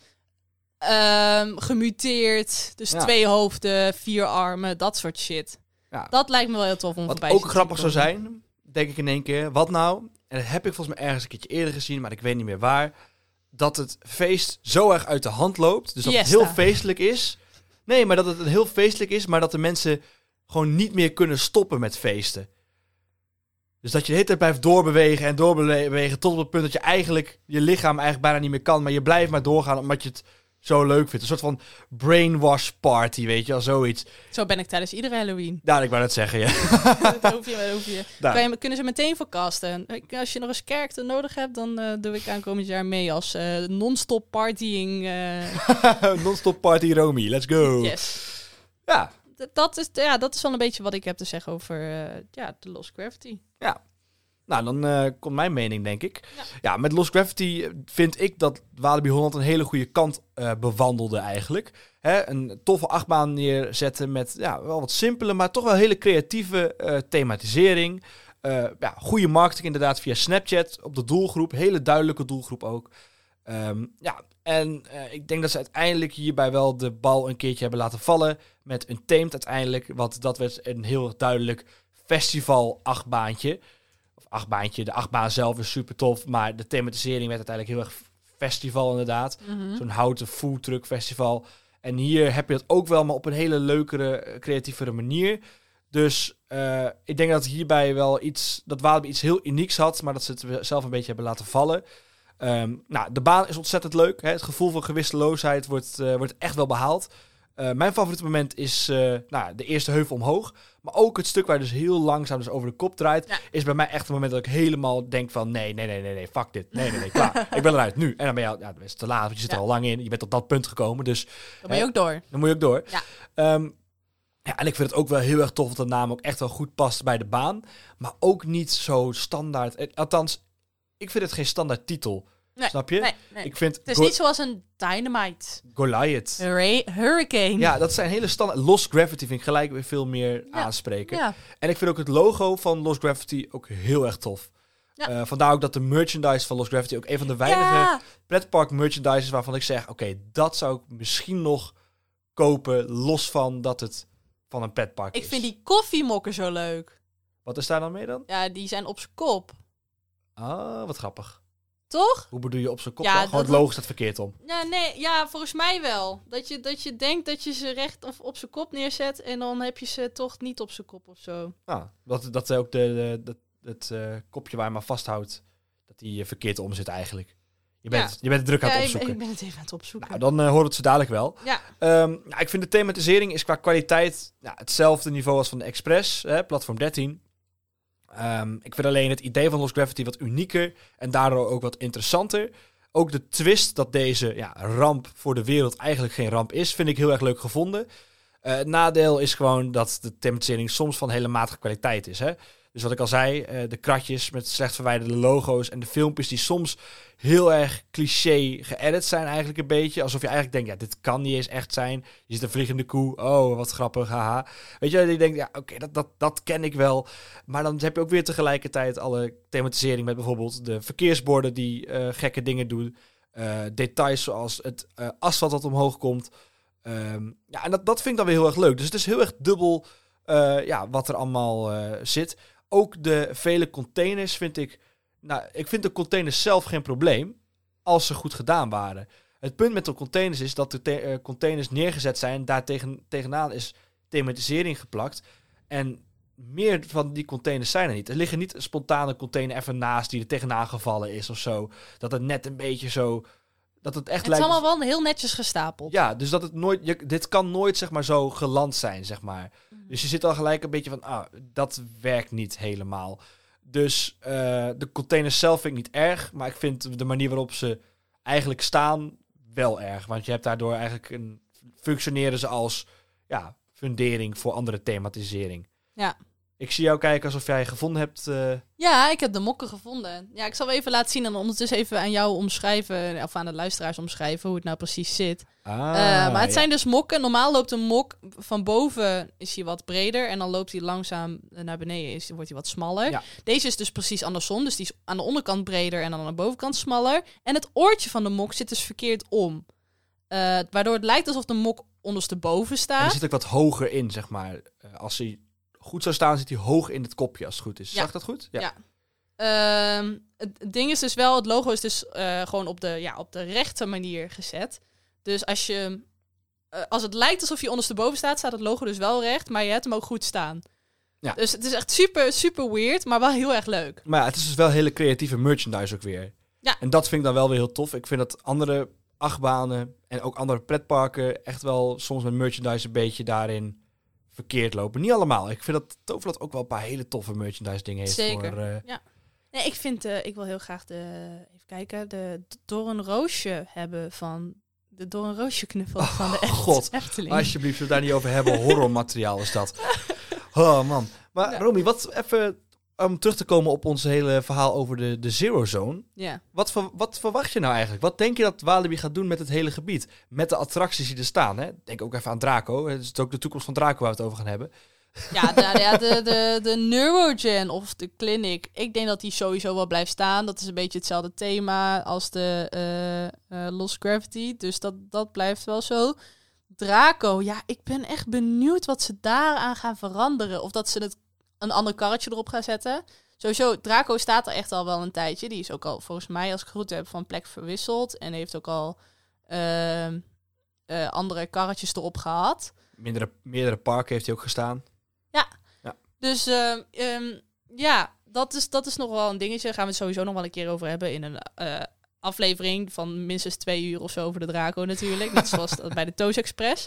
Speaker 1: Gemuteerd. Dus 2 hoofden, 4 armen. Dat soort shit. Ja. Dat lijkt me wel heel tof om voorbij te zien.
Speaker 2: Wat ook grappig zou zijn, denk ik in één keer. Wat nou? En dat heb ik volgens mij ergens een keertje eerder gezien. Maar ik weet niet meer waar. Dat het feest zo erg uit de hand loopt. Dus dat het heel feestelijk is... Nee, maar dat het heel feestelijk is, maar dat de mensen gewoon niet meer kunnen stoppen met feesten. Dus dat je de hele tijd blijft doorbewegen tot op het punt dat je eigenlijk je lichaam eigenlijk bijna niet meer kan, maar je blijft maar doorgaan omdat je het zo leuk vindt. Een soort van brainwash party, weet je wel, zoiets.
Speaker 1: Zo ben ik tijdens iedere Halloween.
Speaker 2: Nou, ik wou dat zeggen, ja.
Speaker 1: Dat hoef je. Kunnen ze meteen voor casten. Als je nog eens character nodig hebt, dan doe ik aankomend jaar mee als non-stop partying.
Speaker 2: Non-stop party Romy, let's go.
Speaker 1: Yes.
Speaker 2: Ja.
Speaker 1: Dat is wel een beetje wat ik heb te zeggen over de Lost Gravity.
Speaker 2: Ja. Nou, dan komt mijn mening, denk ik. Ja, met Lost Gravity vind ik dat Walibi Holland een hele goede kant bewandelde eigenlijk. Een toffe achtbaan neerzetten met wel wat simpele, maar toch wel hele creatieve thematisering. Goede marketing inderdaad via Snapchat op de doelgroep. Hele duidelijke doelgroep ook. Ik denk dat ze uiteindelijk hierbij wel de bal een keertje hebben laten vallen met Untamed uiteindelijk. Want dat werd een heel duidelijk festival-achtbaantje. Achtbaantje. De achtbaan zelf is super tof, maar de thematisering werd uiteindelijk heel erg festival inderdaad. Mm-hmm. Zo'n houten foodtruck festival. En hier heb je dat ook wel, maar op een hele leukere, creatievere manier. Dus ik denk dat hierbij wel dat Walibi iets heel unieks had, maar dat ze het zelf een beetje hebben laten vallen. De baan is ontzettend leuk. Hè? Het gevoel van gewisteloosheid wordt echt wel behaald. Mijn favoriete moment is de eerste heuvel omhoog. Maar ook het stuk waar je dus heel langzaam dus over de kop draait... is bij mij echt een moment dat ik helemaal denk van... Nee, fuck dit. Nee, klaar. Ik ben eruit, nu. En dan ben je dan is het te laat, want je zit er al lang in. Je bent tot dat punt gekomen, dus...
Speaker 1: Dan moet je ook door.
Speaker 2: Dan moet je ook door. Ja. En ik vind het ook wel heel erg tof... dat de naam ook echt wel goed past bij de baan. Maar ook niet zo standaard... Althans, ik vind het geen standaard titel...
Speaker 1: Nee,
Speaker 2: snap je?
Speaker 1: Nee.
Speaker 2: Ik vind
Speaker 1: het is niet zoals een Dynamite.
Speaker 2: Goliath.
Speaker 1: Hurricane.
Speaker 2: Ja, dat zijn hele standaard... Lost Gravity vind ik gelijk weer veel meer aanspreken. Ja. En ik vind ook het logo van Lost Gravity ook heel erg tof. Ja. Vandaar ook dat de merchandise van Lost Gravity ook een van de weinige pretpark merchandise is waarvan ik zeg... Oké, dat zou ik misschien nog kopen, los van dat het van een pretpark is.
Speaker 1: Ik vind die koffiemokken zo leuk.
Speaker 2: Wat is daar dan mee dan?
Speaker 1: Ja, die zijn op zijn kop.
Speaker 2: Ah, wat grappig.
Speaker 1: Toch?
Speaker 2: Hoe bedoel je op zijn kop? Ja, gewoon het logo staat verkeerd om.
Speaker 1: Ja, volgens mij wel. Dat je denkt dat je ze recht of op zijn kop neerzet en dan heb je ze toch niet op zijn kop of zo.
Speaker 2: Ah, dat ook het kopje waar je maar vasthoudt, dat die verkeerd om zit eigenlijk. Je bent druk aan het opzoeken.
Speaker 1: Ik ben het even aan het opzoeken.
Speaker 2: Nou, dan hoort het ze dadelijk wel.
Speaker 1: Ja.
Speaker 2: Ik vind de thematisering is qua kwaliteit hetzelfde niveau als van de Express, platform 13. Ik vind alleen het idee van Lost Gravity wat unieker en daardoor ook wat interessanter. Ook de twist dat deze ramp voor de wereld eigenlijk geen ramp is, vind ik heel erg leuk gevonden. Het nadeel is gewoon dat de thematisering soms van hele matige kwaliteit is. Hè? Dus wat ik al zei, de kratjes met slecht verwijderde logo's en de filmpjes die soms heel erg cliché geëdit zijn eigenlijk een beetje. Alsof je eigenlijk denkt, dit kan niet eens echt zijn. Je ziet een vliegende koe, oh wat grappig, haha. Weet je, je denkt, oké, dat ken ik wel. Maar dan heb je ook weer tegelijkertijd alle thematisering met bijvoorbeeld de verkeersborden die gekke dingen doen. Details zoals het asfalt dat omhoog komt. En dat vind ik dan weer heel erg leuk. Dus het is heel erg dubbel wat er allemaal zit. Ook de vele containers vind ik... ik vind de containers zelf geen probleem als ze goed gedaan waren. Het punt met de containers is dat de containers neergezet zijn. Daar tegenaan is thematisering geplakt. En meer van die containers zijn er niet. Er liggen niet een spontane container even naast die er tegenaan gevallen is of zo. Dat het net een beetje zo... Dat het echt lijkt...
Speaker 1: Het is allemaal wel heel netjes gestapeld.
Speaker 2: Ja, dus dat het nooit... dit kan nooit, zeg maar, zo geland zijn, zeg maar. Dus je zit al gelijk een beetje van... dat werkt niet helemaal. Dus de containers zelf vind ik niet erg. Maar ik vind de manier waarop ze eigenlijk staan wel erg. Want je hebt daardoor eigenlijk functioneren ze als fundering voor andere thematisering.
Speaker 1: Ja.
Speaker 2: Ik zie jou kijken alsof jij gevonden hebt...
Speaker 1: Ja, ik heb de mokken gevonden. Ja, ik zal even laten zien en ondertussen even aan jou omschrijven, of aan de luisteraars omschrijven hoe het nou precies zit. Maar het zijn dus mokken. Normaal loopt een mok van boven is hij wat breder en dan loopt hij langzaam naar beneden, wordt hij wat smaller. Ja. Deze is dus precies andersom, dus die is aan de onderkant breder en dan aan de bovenkant smaller. En het oortje van de mok zit dus verkeerd om. Waardoor het lijkt alsof de mok ondersteboven staat. En
Speaker 2: er zit ook wat hoger in, zeg maar. Als hij goed zou staan, zit hij hoog in het kopje als het goed is. Ja. Zag dat goed? Ja.
Speaker 1: Het ding is dus wel, het logo is dus gewoon op de rechte manier gezet. Dus als het lijkt alsof je ondersteboven staat, staat het logo dus wel recht, maar je hebt hem ook goed staan. Ja. Dus het is echt super, super weird, maar wel heel erg leuk.
Speaker 2: Maar ja, het is dus wel hele creatieve merchandise ook weer. Ja. En dat vind ik dan wel weer heel tof. Ik vind dat andere achtbanen en ook andere pretparken echt wel soms met merchandise een beetje daarin verkeerd lopen. Niet allemaal. Ik vind dat Toverland ook wel een paar hele toffe merchandise dingen heeft.
Speaker 1: Zeker, ja. Nee, ik wil heel graag even kijken, de Doornroosje hebben van de Doornroosje knuffel van de Efteling.
Speaker 2: Alsjeblieft, we het daar niet over hebben. Horrormateriaal is dat. Oh man. Maar Romy, wat even om terug te komen op ons hele verhaal over de Zero Zone.
Speaker 1: Ja.
Speaker 2: Wat verwacht je nou eigenlijk? Wat denk je dat Walibi gaat doen met het hele gebied? Met de attracties die er staan, hè? Denk ook even aan Draco. Het is ook de toekomst van Draco waar we het over gaan hebben.
Speaker 1: Ja, de Neurogen of de Clinic. Ik denk dat die sowieso wel blijft staan. Dat is een beetje hetzelfde thema als de Lost Gravity. Dus dat blijft wel zo. Draco, ja, ik ben echt benieuwd wat ze daaraan gaan veranderen. Of dat ze het een ander karretje erop gaan zetten. Sowieso, Draco staat er echt al wel een tijdje. Die is ook al, volgens mij, als ik het goed heb, van plek verwisseld. En heeft ook al andere karretjes erop gehad.
Speaker 2: Meerdere parken heeft hij ook gestaan.
Speaker 1: Ja. Dus dat is nog wel een dingetje. Daar gaan we het sowieso nog wel een keer over hebben in een aflevering van minstens 2 uur of zo over de Draco natuurlijk. Net zoals bij de Toast Express.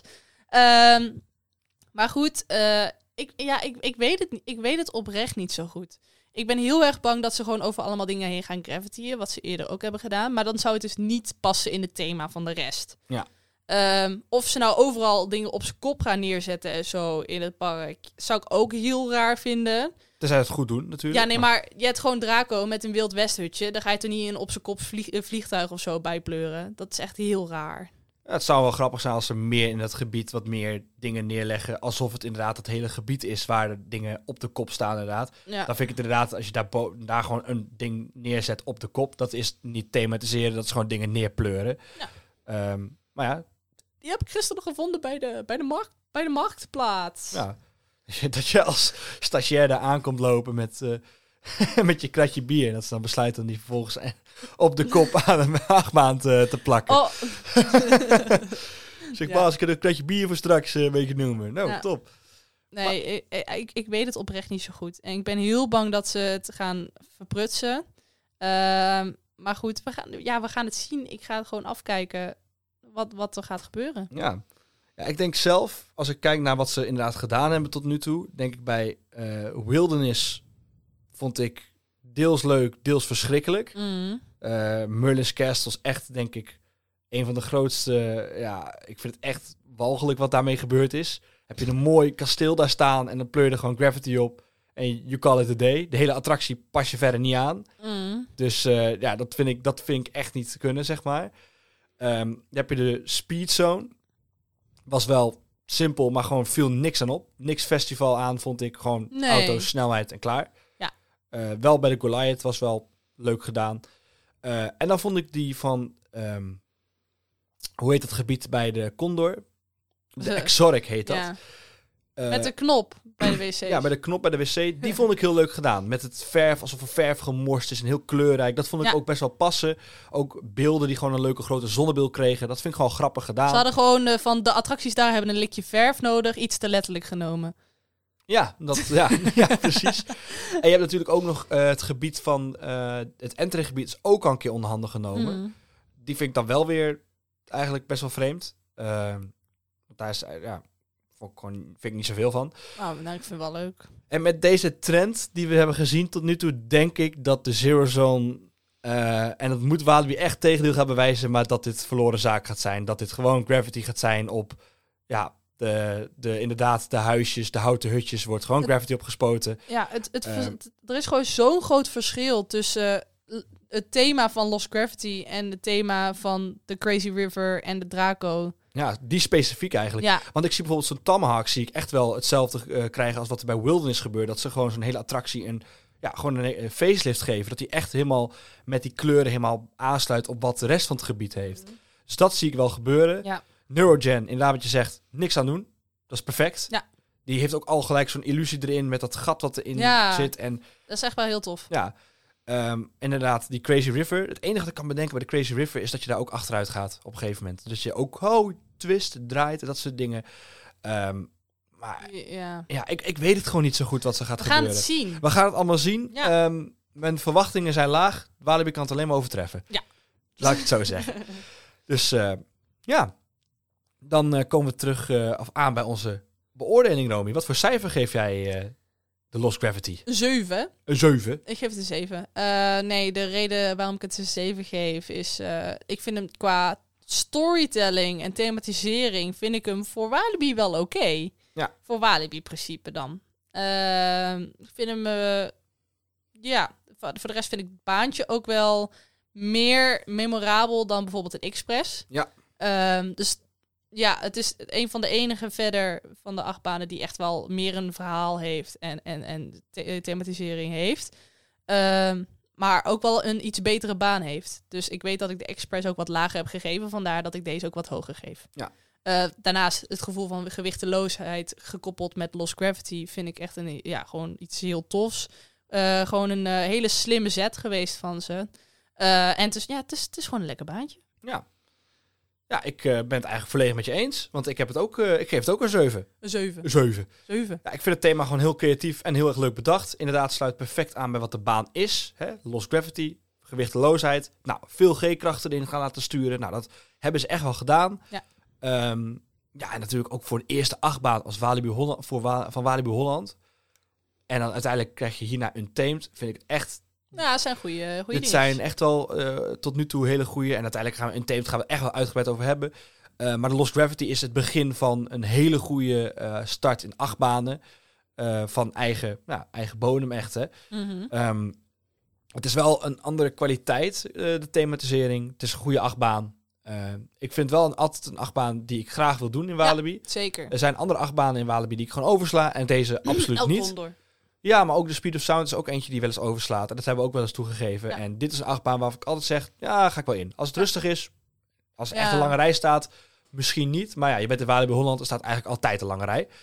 Speaker 1: Maar goed, ik weet het niet. Ik weet het oprecht niet zo goed. Ik ben heel erg bang dat ze gewoon over allemaal dingen heen gaan gravityen, wat ze eerder ook hebben gedaan. Maar dan zou het dus niet passen in het thema van de rest. Ja. Of ze nou overal dingen op zijn kop gaan neerzetten en zo in het park, zou ik ook heel raar vinden.
Speaker 2: Tenzij het goed doen, natuurlijk.
Speaker 1: Ja, nee, maar je hebt gewoon Draco met een Wild West hutje. Daar ga je toch niet in op zijn kop vliegtuig of zo bijpleuren. Dat is echt heel raar.
Speaker 2: Ja, het zou wel grappig zijn als ze meer in dat gebied wat meer dingen neerleggen. Alsof het inderdaad het hele gebied is waar de dingen op de kop staan inderdaad. Ja. Dan vind ik het inderdaad, als je daar gewoon een ding neerzet op de kop. Dat is niet thematiseren, dat is gewoon dingen neerpleuren. Ja. Maar ja.
Speaker 1: Die heb ik gisteren nog gevonden bij de marktplaats.
Speaker 2: Ja. Dat je als stagiair daar aankomt lopen met je kratje bier. En dat ze dan besluiten om die vervolgens op de kop aan een achtbaan te plakken. Oh. Zeg maar, als ik er een kratje bier voor straks meegenomen. Nou, top.
Speaker 1: Nee, ik weet het oprecht niet zo goed. En ik ben heel bang dat ze het gaan verprutsen. Maar goed, we gaan het zien. Ik ga het gewoon afkijken wat er gaat gebeuren.
Speaker 2: Ja, ik denk zelf, als ik kijk naar wat ze inderdaad gedaan hebben tot nu toe, denk ik bij Wilderness vond ik deels leuk, deels verschrikkelijk. Merlin's Castle is echt, denk ik, een van de grootste. Ik vind het echt walgelijk wat daarmee gebeurd is. Heb je een mooi kasteel daar staan en dan pleur je er gewoon Gravity op en you call it a day. De hele attractie pas je verder niet aan. Dus dat vind ik echt niet te kunnen, zeg maar. Dan heb je de Speed Zone. Was wel simpel, maar gewoon viel niks aan op. Niks festival aan, vond ik. Gewoon auto's, snelheid en klaar. Ja. Wel bij de Goliath was wel leuk gedaan. En dan vond ik die van... hoe heet het gebied bij de Condor? De Exotic heet dat. Ja.
Speaker 1: Met de knop bij de wc.
Speaker 2: Ja, bij de knop bij de wc. Die vond ik heel leuk gedaan. Met het verf, alsof er verf gemorst is en heel kleurrijk. Dat vond ik ook best wel passen. Ook beelden die gewoon een leuke grote zonnebril kregen. Dat vind ik gewoon grappig gedaan.
Speaker 1: Ze hadden gewoon van de attracties daar hebben een likje verf nodig. Iets te letterlijk genomen.
Speaker 2: Ja, ja, precies. En je hebt natuurlijk ook nog het gebied van... het entreegebied is ook al een keer onder handen genomen.
Speaker 1: Mm.
Speaker 2: Die vind ik dan wel weer eigenlijk best wel vreemd. Daar is, vind ik niet zoveel van.
Speaker 1: Oh, nou, ik vind het wel leuk.
Speaker 2: En met deze trend die we hebben gezien tot nu toe, denk ik dat de Zero Zone... en dat moet Walibi echt tegendeel gaan bewijzen, maar dat dit verloren zaak gaat zijn. Dat dit gewoon Gravity gaat zijn op... Ja, inderdaad, de huisjes, de houten hutjes, wordt gewoon Gravity opgespoten.
Speaker 1: Ja, er is gewoon zo'n groot verschil tussen het thema van Lost Gravity en het thema van de Crazy River en de Draco.
Speaker 2: Ja, die specifiek eigenlijk.
Speaker 1: Ja.
Speaker 2: Want ik zie bijvoorbeeld zo'n Tomahawk, zie ik echt wel hetzelfde krijgen als wat er bij Wilderness gebeurt. Dat ze gewoon zo'n hele attractie en gewoon een facelift geven. Dat die echt helemaal met die kleuren helemaal aansluit op wat de rest van het gebied heeft. Mm. Dus dat zie ik wel gebeuren.
Speaker 1: Ja.
Speaker 2: Neurogen, inderdaad wat je zegt, niks aan doen. Dat is perfect.
Speaker 1: Ja.
Speaker 2: Die heeft ook al gelijk zo'n illusie erin met dat gat wat erin zit. En,
Speaker 1: dat is echt wel heel tof.
Speaker 2: Ja, inderdaad, die Crazy River. Het enige dat ik kan bedenken bij de Crazy River is dat je daar ook achteruit gaat op een gegeven moment. Dus je ook twist, draait en dat soort dingen. Maar ik weet het gewoon niet zo goed wat ze gaat gebeuren.
Speaker 1: We gaan het zien.
Speaker 2: We gaan het allemaal zien.
Speaker 1: Ja.
Speaker 2: Mijn verwachtingen zijn laag. Walibi kan het alleen maar overtreffen.
Speaker 1: Ja.
Speaker 2: Laat ik het zo zeggen. Dus dan komen we terug aan bij onze beoordeling, Romy. Wat voor cijfer geef jij de Lost Gravity?
Speaker 1: 7.
Speaker 2: Een 7?
Speaker 1: Ik geef het een 7. Nee, de reden waarom ik het een 7 geef is... ik vind hem qua storytelling en thematisering... vind ik hem voor Walibi wel oké.
Speaker 2: Ja.
Speaker 1: Voor Walibi-principe dan. Ik vind hem... voor de rest vind ik het baantje ook wel meer memorabel dan bijvoorbeeld een Express.
Speaker 2: Ja.
Speaker 1: Dus ja, het is een van de enige verder van de achtbanen die echt wel meer een verhaal heeft en thematisering heeft. Maar ook wel een iets betere baan heeft. Dus ik weet dat ik de Express ook wat lager heb gegeven. Vandaar dat ik deze ook wat hoger geef.
Speaker 2: Ja.
Speaker 1: Daarnaast het gevoel van gewichteloosheid gekoppeld met Lost Gravity vind ik echt gewoon iets heel tofs. Gewoon een hele slimme zet geweest van ze. En het is gewoon een lekker baantje.
Speaker 2: Ja. Ja, ik ben het eigenlijk volledig met je eens. Want ik heb het ook, ik geef het ook een 7.
Speaker 1: Een 7.
Speaker 2: Een 7.
Speaker 1: 7.
Speaker 2: Ja, ik vind het thema gewoon heel creatief en heel erg leuk bedacht. Inderdaad, sluit perfect aan bij wat de baan is. Hè? Lost Gravity, gewichteloosheid. Nou, veel G-krachten erin gaan laten sturen. Nou, dat hebben ze echt wel gedaan.
Speaker 1: Ja.
Speaker 2: En natuurlijk ook voor de eerste achtbaan als Walibi Holland, van Walibi Holland. En dan uiteindelijk krijg je hierna Untamed. Vind ik het echt...
Speaker 1: Ja, het zijn goede
Speaker 2: Dit zijn echt wel tot nu toe hele goede. En uiteindelijk gaan we Untamed echt wel uitgebreid over hebben. Maar de Lost Gravity is het begin van een hele goede start in achtbanen. Van eigen bodem echt. Hè.
Speaker 1: Mm-hmm.
Speaker 2: Het is wel een andere kwaliteit, de thematisering. Het is een goede achtbaan. Ik vind wel altijd een achtbaan die ik graag wil doen in Walibi.
Speaker 1: Ja, zeker.
Speaker 2: Er zijn andere achtbanen in Walibi die ik gewoon oversla. En deze absoluut niet.
Speaker 1: Condor.
Speaker 2: Ja, maar ook de Speed of Sound is ook eentje die wel eens overslaat. En dat hebben we ook wel eens toegegeven. Ja. En dit is een achtbaan waarvan ik altijd zeg, ja, ga ik wel in. Als het rustig is, als er echt een lange rij staat, misschien niet. Maar ja, je bent in Walibi Holland, er staat eigenlijk altijd een lange rij.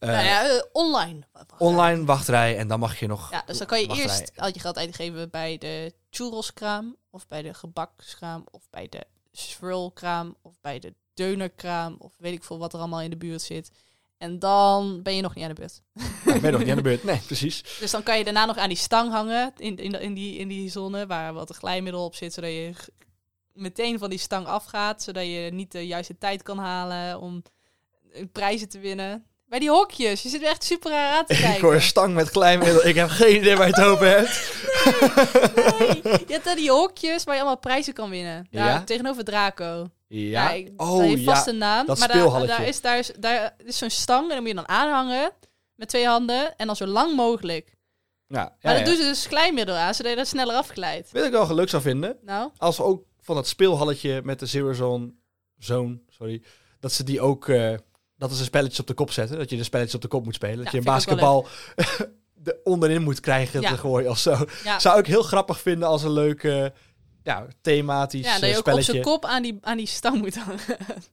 Speaker 1: Online.
Speaker 2: Online wachtrij en dan mag je nog...
Speaker 1: Ja, dus dan kan je eerst al je geld uitgeven bij de churroskraam, of bij de gebakskraam, of bij de swirlkraam, of bij de deunerkraam, of weet ik veel wat er allemaal in de buurt zit. En dan ben je nog niet aan de beurt.
Speaker 2: Ja, ik ben nog niet aan de beurt, nee, precies.
Speaker 1: Dus dan kan je daarna nog aan die stang hangen, in die zone, waar wat glijmiddel op zit, zodat je meteen van die stang afgaat, zodat je niet de juiste tijd kan halen om prijzen te winnen. Bij die hokjes, je zit echt super raar aan te kijken.
Speaker 2: Ik hoor een stang met glijmiddel, ik heb geen idee waar je het over hebt.
Speaker 1: Nee, je hebt daar die hokjes waar je allemaal prijzen kan winnen. Ja? Tegenover Draco.
Speaker 2: Ja,
Speaker 1: dat heeft vast een naam.
Speaker 2: Dat
Speaker 1: maar
Speaker 2: speelhalletje.
Speaker 1: daar is zo'n stang en dan moet je dan aanhangen met 2 handen en dan zo lang mogelijk.
Speaker 2: Ja,
Speaker 1: maar dan doen ze dus glijmiddel aan, zodat je dat sneller afglijdt.
Speaker 2: Weet ik wel leuk zou vinden.
Speaker 1: Nou?
Speaker 2: Als we ook van dat speelhalletje met de Zero Zone, dat ze die ook, dat ze spelletjes op de kop zetten. Dat je de spelletjes op de kop moet spelen. Dat je een basketbal onderin moet krijgen te gooien of zo. Ja. Zou ik heel grappig vinden als een leuke... thematisch
Speaker 1: spelletje. Ja, dat je ook op zijn kop aan die stang moet hangen.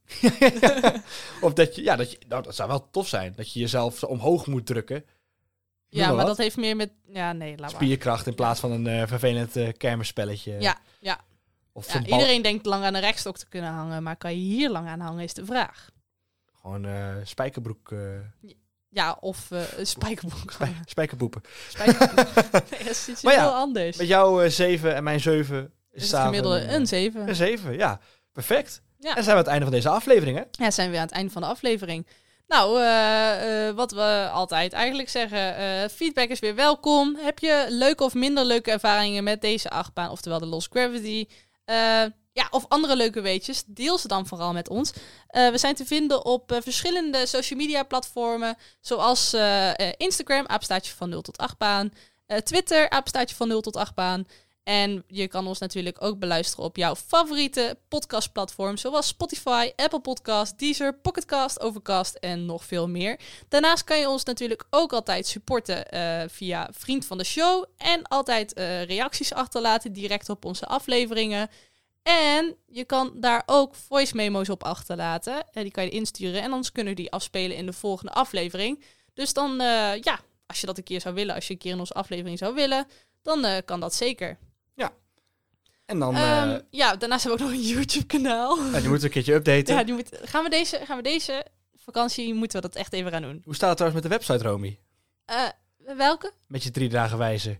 Speaker 2: Of dat je, dat zou wel tof zijn. Dat je jezelf omhoog moet drukken.
Speaker 1: Ja, maar dat heeft meer met... Ja, nee, laat maar.
Speaker 2: Spierkracht in plaats van een vervelend kermisspelletje.
Speaker 1: Ja.
Speaker 2: Of
Speaker 1: iedereen denkt lang aan een rekstok te kunnen hangen, maar kan je hier lang aan hangen, is de vraag.
Speaker 2: Gewoon spijkerbroek.
Speaker 1: Ja, of spijkerboek.
Speaker 2: Spijkerboepen.
Speaker 1: Nee, dat is iets heel anders.
Speaker 2: Met jouw 7 en mijn 7
Speaker 1: is het gemiddelde een 7.
Speaker 2: Een 7, ja. Perfect.
Speaker 1: Ja.
Speaker 2: En zijn we aan het einde van deze aflevering, hè?
Speaker 1: Ja, zijn we weer aan het einde van de aflevering. Nou, wat we altijd eigenlijk zeggen, feedback is weer welkom. Heb je leuke of minder leuke ervaringen met deze achtbaan, oftewel de Lost Gravity? Of andere leuke weetjes, deel ze dan vooral met ons. We zijn te vinden op verschillende social media platformen, zoals Instagram, apenstaartje van 0 tot 8baan. Twitter, apenstaartje van 0 tot 8baan. En je kan ons natuurlijk ook beluisteren op jouw favoriete podcastplatform, zoals Spotify, Apple Podcast, Deezer, Pocketcast, Overcast en nog veel meer. Daarnaast kan je ons natuurlijk ook altijd supporten via Vriend van de Show en altijd reacties achterlaten direct op onze afleveringen. En je kan daar ook voice memo's op achterlaten. Die kan je insturen en anders kunnen we die afspelen in de volgende aflevering. Dus dan, als je dat een keer zou willen, als je een keer in onze aflevering zou willen, dan kan dat zeker.
Speaker 2: Ja. En dan...
Speaker 1: daarnaast hebben we ook nog een YouTube-kanaal.
Speaker 2: Ja, die moeten we een keertje updaten.
Speaker 1: Ja, gaan we deze vakantie, moeten we dat echt even gaan doen.
Speaker 2: Hoe staat het trouwens met de website, Romy?
Speaker 1: Welke?
Speaker 2: Met je 3 dagen wijze.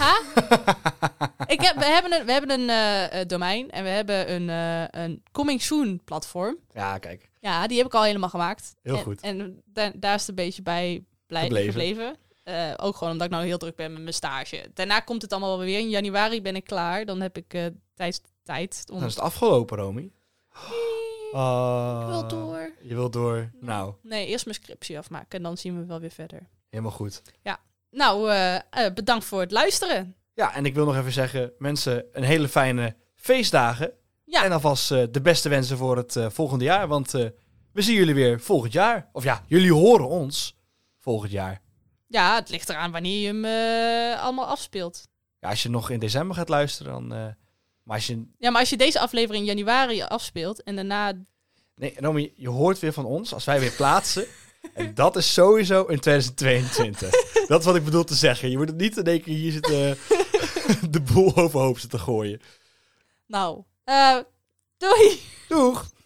Speaker 1: We hebben een domein en we hebben een Coming Soon platform.
Speaker 2: Ja, kijk.
Speaker 1: Ja, die heb ik al helemaal gemaakt.
Speaker 2: Heel goed.
Speaker 1: En daar is het een beetje bij gebleven. Ook gewoon omdat ik nou heel druk ben met mijn stage. Daarna komt het allemaal wel weer. In januari ben ik klaar. Dan heb ik tijd.
Speaker 2: Dan is het afgelopen, Romy.
Speaker 1: Ik wil door.
Speaker 2: Je wilt door. Nou.
Speaker 1: Nee, eerst mijn scriptie afmaken en dan zien we wel weer verder.
Speaker 2: Helemaal goed.
Speaker 1: Ja. Nou, bedankt voor het luisteren.
Speaker 2: Ja, en ik wil nog even zeggen, mensen, een hele fijne feestdagen. Ja. En alvast de beste wensen voor het volgende jaar. Want we zien jullie weer volgend jaar. Of ja, jullie horen ons volgend jaar.
Speaker 1: Ja, het ligt eraan wanneer je hem allemaal afspeelt.
Speaker 2: Ja, als je nog in december gaat luisteren, dan...
Speaker 1: maar als je deze aflevering in januari afspeelt en daarna...
Speaker 2: Nee, Romy, je hoort weer van ons als wij weer plaatsen. En dat is sowieso in 2022. Dat is wat ik bedoel te zeggen. Je moet het niet in één keer hier zitten de boel overhoop zitten gooien.
Speaker 1: Nou, doei!
Speaker 2: Doeg!